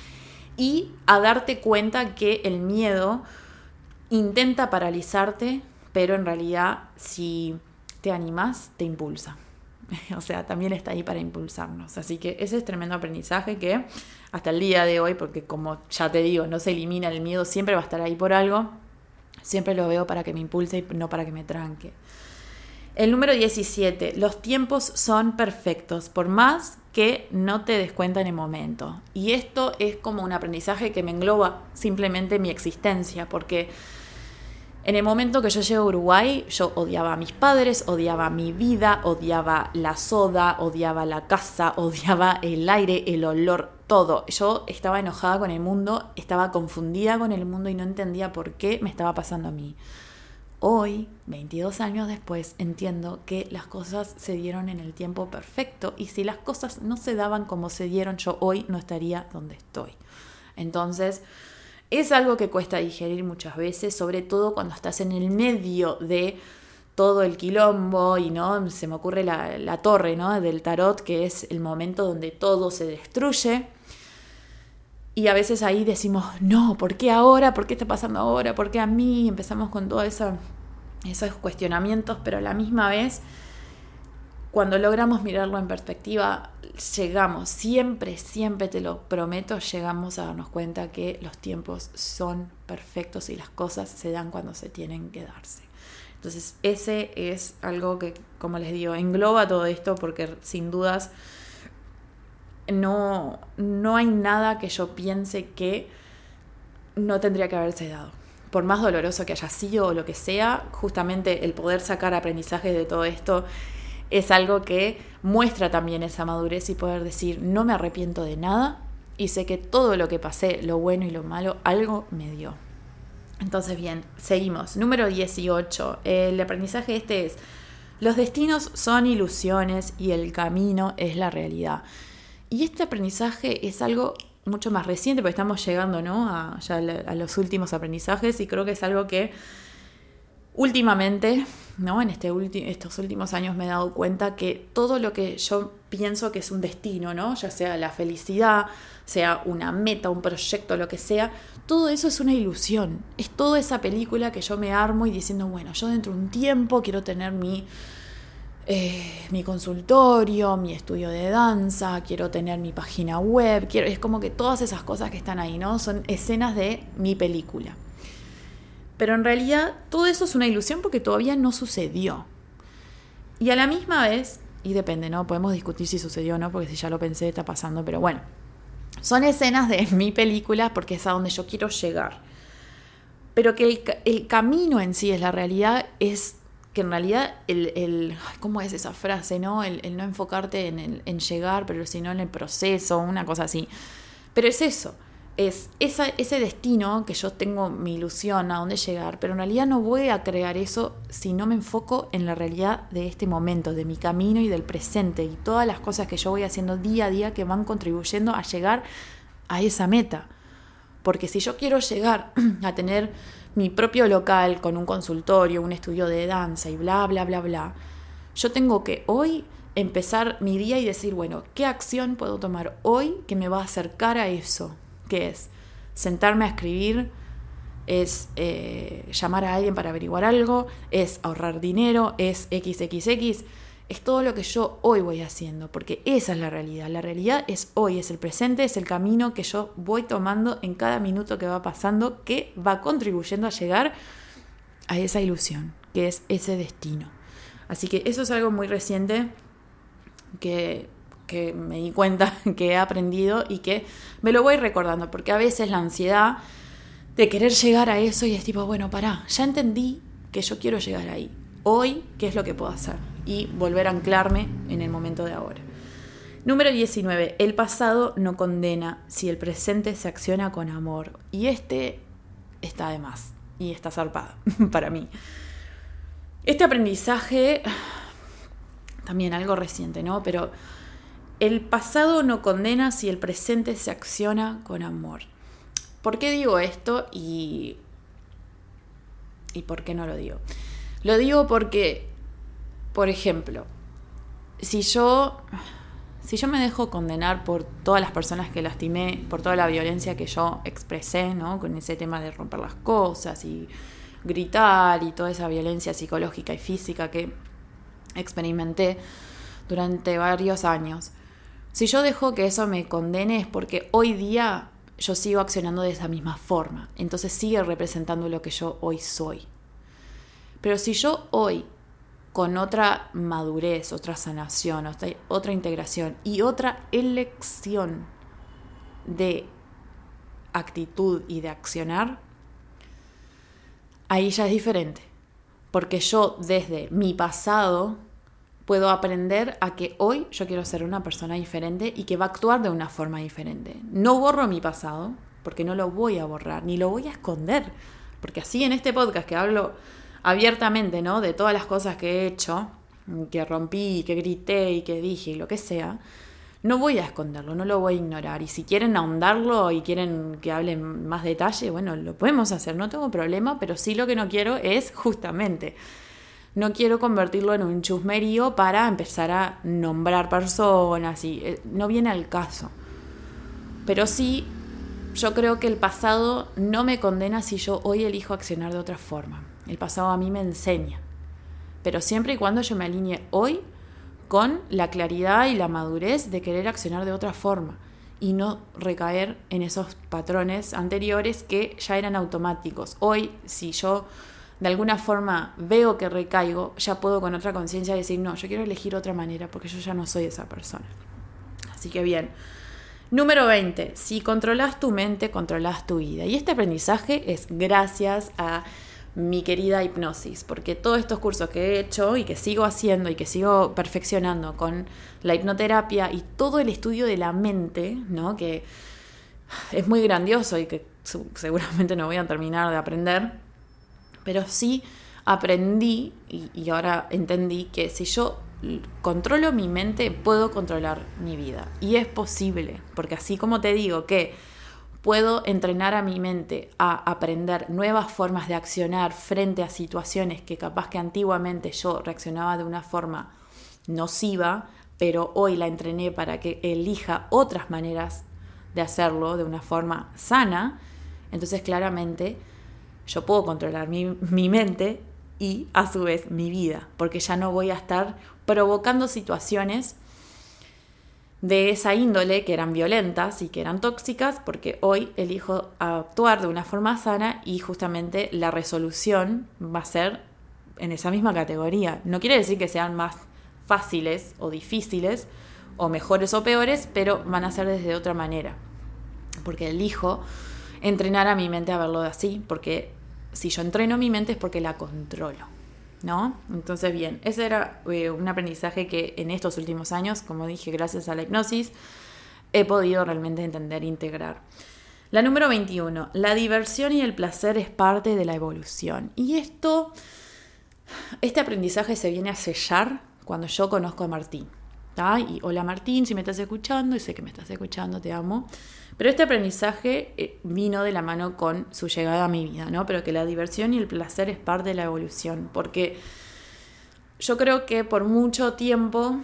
y a darte cuenta que el miedo intenta paralizarte, pero en realidad si te animás, te impulsa. O sea, también está ahí para impulsarnos. Así que ese es tremendo aprendizaje que hasta el día de hoy, porque como ya te digo, no se elimina el miedo, siempre va a estar ahí por algo, siempre lo veo para que me impulse y no para que me tranque. El número diecisiete, los tiempos son perfectos, por más que no te des cuenta en el momento. Y esto es como un aprendizaje que me engloba simplemente mi existencia, porque en el momento que yo llego a Uruguay, yo odiaba a mis padres, odiaba mi vida, odiaba la soda, odiaba la casa, odiaba el aire, el olor, todo. Yo estaba enojada con el mundo, estaba confundida con el mundo y no entendía por qué me estaba pasando a mí. Hoy, veintidós años después, entiendo que las cosas se dieron en el tiempo perfecto, y si las cosas no se daban como se dieron, yo hoy no estaría donde estoy. Entonces, es algo que cuesta digerir muchas veces, sobre todo cuando estás en el medio de todo el quilombo y no se me ocurre la, la torre, ¿no?, del tarot, que es el momento donde todo se destruye. Y a veces ahí decimos, no, ¿por qué ahora? ¿Por qué está pasando ahora? ¿Por qué a mí? Empezamos con todos eso, esos cuestionamientos, pero a la misma vez, cuando logramos mirarlo en perspectiva, llegamos, siempre, siempre te lo prometo, llegamos a darnos cuenta que los tiempos son perfectos y las cosas se dan cuando se tienen que darse. Entonces ese es algo que, como les digo, engloba todo esto, porque sin dudas no, no hay nada que yo piense que no tendría que haberse dado. Por más doloroso que haya sido o lo que sea, justamente el poder sacar aprendizaje de todo esto es algo que muestra también esa madurez y poder decir, no me arrepiento de nada y sé que todo lo que pasé, lo bueno y lo malo, algo me dio. Entonces bien, seguimos. Número dieciocho. El aprendizaje este es, los destinos son ilusiones y el camino es la realidad. Y este aprendizaje es algo mucho más reciente, porque estamos llegando, ¿no?, a, ya a los últimos aprendizajes, y creo que es algo que últimamente, ¿no?, en este ulti- estos últimos años me he dado cuenta que todo lo que yo pienso que es un destino, ¿no?, ya sea la felicidad, sea una meta, un proyecto, lo que sea, todo eso es una ilusión. Es toda esa película que yo me armo y diciendo, bueno, yo dentro de un tiempo quiero tener mi Eh, mi consultorio, mi estudio de danza, quiero tener mi página web, quiero, es como que todas esas cosas que están ahí, ¿no?, son escenas de mi película. Pero en realidad todo eso es una ilusión porque todavía no sucedió. Y a la misma vez, y depende, ¿no?, podemos discutir si sucedió o no, porque si ya lo pensé está pasando, pero bueno, son escenas de mi película porque es a donde yo quiero llegar. Pero que el, el camino en sí es la realidad, es que en realidad, el, el ¿cómo es esa frase, no? El, el no enfocarte en, el, en llegar, pero sino en el proceso, una cosa así. Pero es eso, es esa, ese destino que yo tengo mi ilusión a dónde llegar, pero en realidad no voy a crear eso si no me enfoco en la realidad de este momento, de mi camino y del presente, y todas las cosas que yo voy haciendo día a día que van contribuyendo a llegar a esa meta. Porque si yo quiero llegar a tener mi propio local con un consultorio, un estudio de danza y bla, bla, bla, bla, yo tengo que hoy empezar mi día y decir, bueno, ¿qué acción puedo tomar hoy que me va a acercar a eso? ¿Qué es? Sentarme a escribir, es eh, llamar a alguien para averiguar algo, es ahorrar dinero, es equis equis equis. Es todo lo que yo hoy voy haciendo, porque esa es la realidad. La realidad es hoy, es el presente, es el camino que yo voy tomando en cada minuto que va pasando, que va contribuyendo a llegar a esa ilusión, que es ese destino. Así que eso es algo muy reciente que, que me di cuenta que he aprendido y que me lo voy recordando, porque a veces la ansiedad de querer llegar a eso y es tipo, bueno, pará, ya entendí que yo quiero llegar ahí. Hoy, ¿qué es lo que puedo hacer? Y volver a anclarme en el momento de ahora. Número diecinueve. El pasado no condena si el presente se acciona con amor. Y este está de más. Y está zarpado para mí. Este aprendizaje, también algo reciente, ¿no? Pero el pasado no condena si el presente se acciona con amor. ¿Por qué digo esto? Y, ¿y por qué no lo digo? Lo digo porque, por ejemplo, si yo, si yo me dejo condenar por todas las personas que lastimé, por toda la violencia que yo expresé, ¿no?, con ese tema de romper las cosas y gritar y toda esa violencia psicológica y física que experimenté durante varios años, si yo dejo que eso me condene es porque hoy día yo sigo accionando de esa misma forma, entonces sigue representando lo que yo hoy soy. Pero si yo hoy, con otra madurez, otra sanación, otra, otra integración y otra elección de actitud y de accionar, ahí ya es diferente. Porque yo desde mi pasado puedo aprender a que hoy yo quiero ser una persona diferente y que va a actuar de una forma diferente. No borro mi pasado, porque no lo voy a borrar, ni lo voy a esconder. Porque así en este podcast que hablo abiertamente, ¿no?, de todas las cosas que he hecho, que rompí, que grité y que dije y lo que sea, no voy a esconderlo, no lo voy a ignorar. Y si quieren ahondarlo y quieren que hable más detalle, bueno, lo podemos hacer, no tengo problema, pero sí lo que no quiero es justamente, no quiero convertirlo en un chusmerío para empezar a nombrar personas y eh, no viene al caso. Pero sí, yo creo que el pasado no me condena si yo hoy elijo accionar de otra forma. El pasado a mí me enseña, pero siempre y cuando yo me alinee hoy con la claridad y la madurez de querer accionar de otra forma y no recaer en esos patrones anteriores que ya eran automáticos. Hoy, si yo de alguna forma veo que recaigo, ya puedo con otra conciencia decir, no, yo quiero elegir otra manera porque yo ya no soy esa persona. Así que bien. Número veinte. Si controlas tu mente, controlas tu vida. Y este aprendizaje es gracias a mi querida hipnosis, porque todos estos cursos que he hecho y que sigo haciendo y que sigo perfeccionando con la hipnoterapia y todo el estudio de la mente, ¿no? Que es muy grandioso y que seguramente no voy a terminar de aprender, pero sí aprendí y, y ahora entendí que si yo controlo mi mente, puedo controlar mi vida. Y es posible, porque así como te digo que puedo entrenar a mi mente a aprender nuevas formas de accionar frente a situaciones que capaz que antiguamente yo reaccionaba de una forma nociva, pero hoy la entrené para que elija otras maneras de hacerlo de una forma sana. Entonces claramente yo puedo controlar mi, mi mente y a su vez mi vida, porque ya no voy a estar provocando situaciones de esa índole que eran violentas y que eran tóxicas, porque hoy elijo actuar de una forma sana y justamente la resolución va a ser en esa misma categoría. No quiere decir que sean más fáciles o difíciles o mejores o peores, pero van a ser desde otra manera, porque elijo entrenar a mi mente a verlo así, porque si yo entreno mi mente es porque la controlo, ¿no? Entonces, bien, ese era eh, un aprendizaje que en estos últimos años, como dije, gracias a la hipnosis, he podido realmente entender e integrar. La número veintiuno, la diversión y el placer es parte de la evolución. Y esto, este aprendizaje se viene a sellar cuando yo conozco a Martín, ¿tá? Y hola Martín, si me estás escuchando, y sé que me estás escuchando, te amo. Pero este aprendizaje vino de la mano con su llegada a mi vida, ¿no? Pero que la diversión y el placer es parte de la evolución, porque yo creo que por mucho tiempo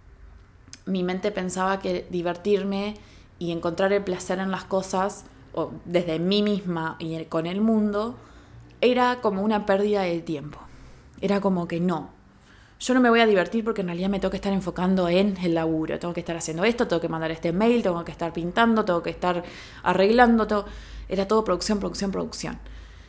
mi mente pensaba que divertirme y encontrar el placer en las cosas, o desde mí misma y con el mundo, era como una pérdida de tiempo. Era como que no. Yo no me voy a divertir porque en realidad me tengo que estar enfocando en el laburo. Tengo que estar haciendo esto, tengo que mandar este mail, tengo que estar pintando, tengo que estar arreglando. Todo. Era todo producción, producción, producción.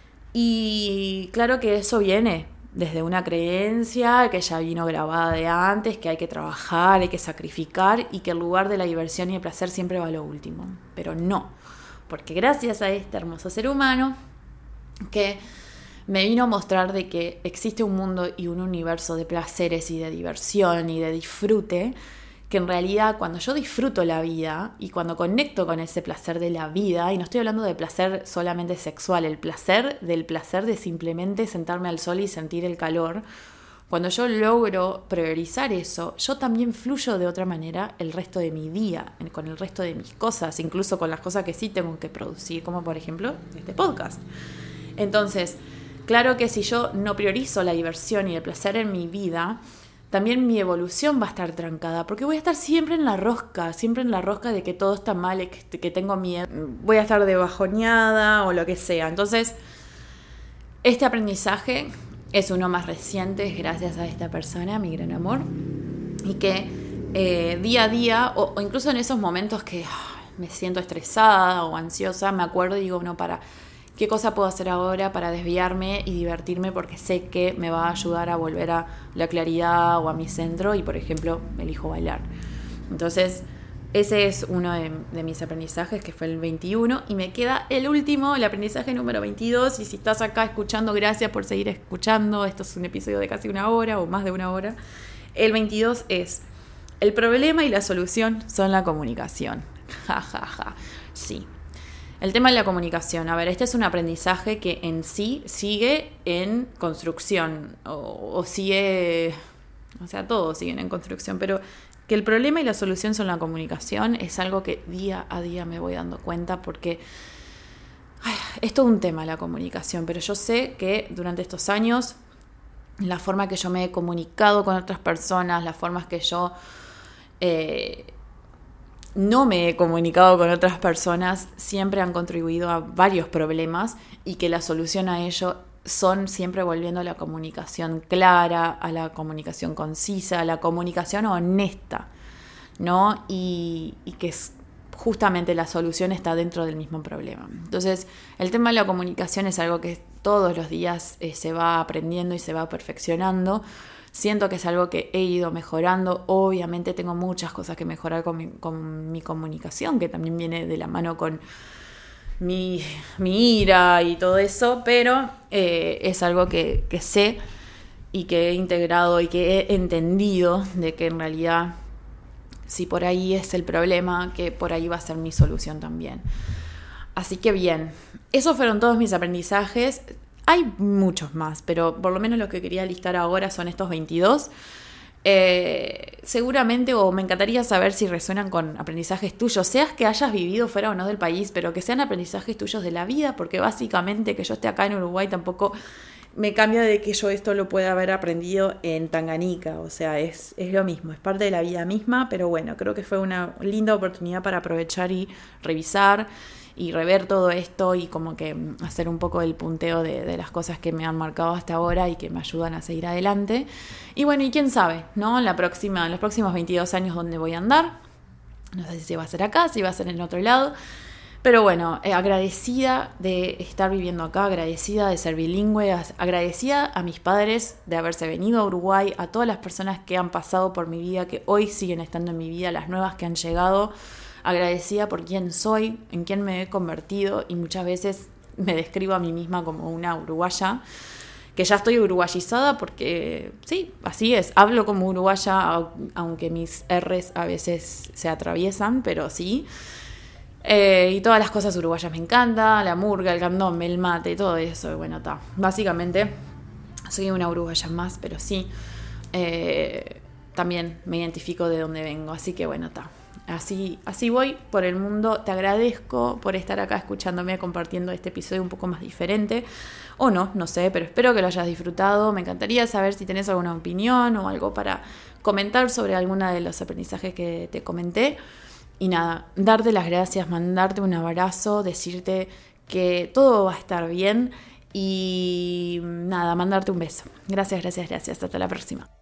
Y claro que eso viene desde una creencia que ya vino grabada de antes, que hay que trabajar, hay que sacrificar y que el lugar de la diversión y el placer siempre va a lo último. Pero no, porque gracias a este hermoso ser humano que me vino a mostrar de que existe un mundo y un universo de placeres y de diversión y de disfrute, que en realidad cuando yo disfruto la vida y cuando conecto con ese placer de la vida, y no estoy hablando de placer solamente sexual, el placer del placer de simplemente sentarme al sol y sentir el calor, cuando yo logro priorizar eso, yo también fluyo de otra manera el resto de mi día, con el resto de mis cosas, incluso con las cosas que sí tengo que producir, como por ejemplo este podcast. Entonces, claro que si yo no priorizo la diversión y el placer en mi vida, también mi evolución va a estar trancada, porque voy a estar siempre en la rosca, siempre en la rosca de que todo está mal, que, que tengo miedo, voy a estar de bajoneada o lo que sea. Entonces, este aprendizaje es uno más reciente, es gracias a esta persona, mi gran amor, y que eh, día a día, o, o incluso en esos momentos que oh, me siento estresada o ansiosa, me acuerdo y digo, no, para... ¿Qué cosa puedo hacer ahora para desviarme y divertirme? Porque sé que me va a ayudar a volver a la claridad o a mi centro y, por ejemplo, elijo bailar. Entonces, ese es uno de, de mis aprendizajes, que fue el veintiuno. Y me queda el último, el aprendizaje número veintidós. Y si estás acá escuchando, gracias por seguir escuchando. Esto es un episodio de casi una hora o más de una hora. El veintidós es: el problema y la solución son la comunicación. Ja, ja, ja. Sí. El tema de la comunicación. A ver, este es un aprendizaje que en sí sigue en construcción o, o sigue, o sea, todos siguen en construcción, pero que el problema y la solución son la comunicación es algo que día a día me voy dando cuenta porque ay, es todo un tema la comunicación, pero yo sé que durante estos años la forma que yo me he comunicado con otras personas, las formas que yo... Eh, no me he comunicado con otras personas siempre han contribuido a varios problemas y que la solución a ello son siempre volviendo a la comunicación clara, a la comunicación concisa, a la comunicación honesta, ¿no? Y, y que es, justamente la solución está dentro del mismo problema. Entonces, el tema de la comunicación es algo que todos los días eh, se va aprendiendo y se va perfeccionando. Siento que es algo que he ido mejorando. Obviamente tengo muchas cosas que mejorar con mi, con mi comunicación, que también viene de la mano con mi, mi ira y todo eso, pero eh, es algo que, que sé y que he integrado y que he entendido de que en realidad, si por ahí es el problema, que por ahí va a ser mi solución también. Así que bien, esos fueron todos mis aprendizajes. Hay muchos más, pero por lo menos lo que quería listar ahora son estos veintidós. Eh, seguramente, o me encantaría saber si resuenan con aprendizajes tuyos, seas que hayas vivido fuera o no del país, pero que sean aprendizajes tuyos de la vida, porque básicamente que yo esté acá en Uruguay tampoco me cambia de que yo esto lo pueda haber aprendido en Tanganica. O sea, es, es lo mismo, es parte de la vida misma, pero bueno, creo que fue una linda oportunidad para aprovechar y revisar y rever todo esto y como que hacer un poco el punteo de, de las cosas que me han marcado hasta ahora y que me ayudan a seguir adelante. Y bueno, y quién sabe, ¿no? En la próxima, en los próximos veintidós años, ¿dónde voy a andar? No sé si va a ser acá, si va a ser en otro lado. Pero bueno, eh, agradecida de estar viviendo acá, agradecida de ser bilingüe, agradecida a mis padres de haberse venido a Uruguay, a todas las personas que han pasado por mi vida, que hoy siguen estando en mi vida, las nuevas que han llegado. Agradecida por quién soy, en quién me he convertido, y muchas veces me describo a mí misma como una uruguaya, que ya estoy uruguayizada porque sí, así es, hablo como uruguaya, aunque mis R's a veces se atraviesan, pero sí. Eh, y todas las cosas uruguayas me encantan, la murga, el candombe, el mate, todo eso, y bueno, está. Básicamente soy una uruguaya más, pero sí, eh, también me identifico de dónde vengo, así que bueno, está. Así, así voy por el mundo. Te agradezco por estar acá escuchándome, compartiendo este episodio un poco más diferente. O no, no sé, pero espero que lo hayas disfrutado. Me encantaría saber si tenés alguna opinión o algo para comentar sobre alguna de los aprendizajes que te comenté. Y nada, darte las gracias, mandarte un abrazo, decirte que todo va a estar bien. Y nada, mandarte un beso. Gracias, gracias, gracias. Hasta la próxima.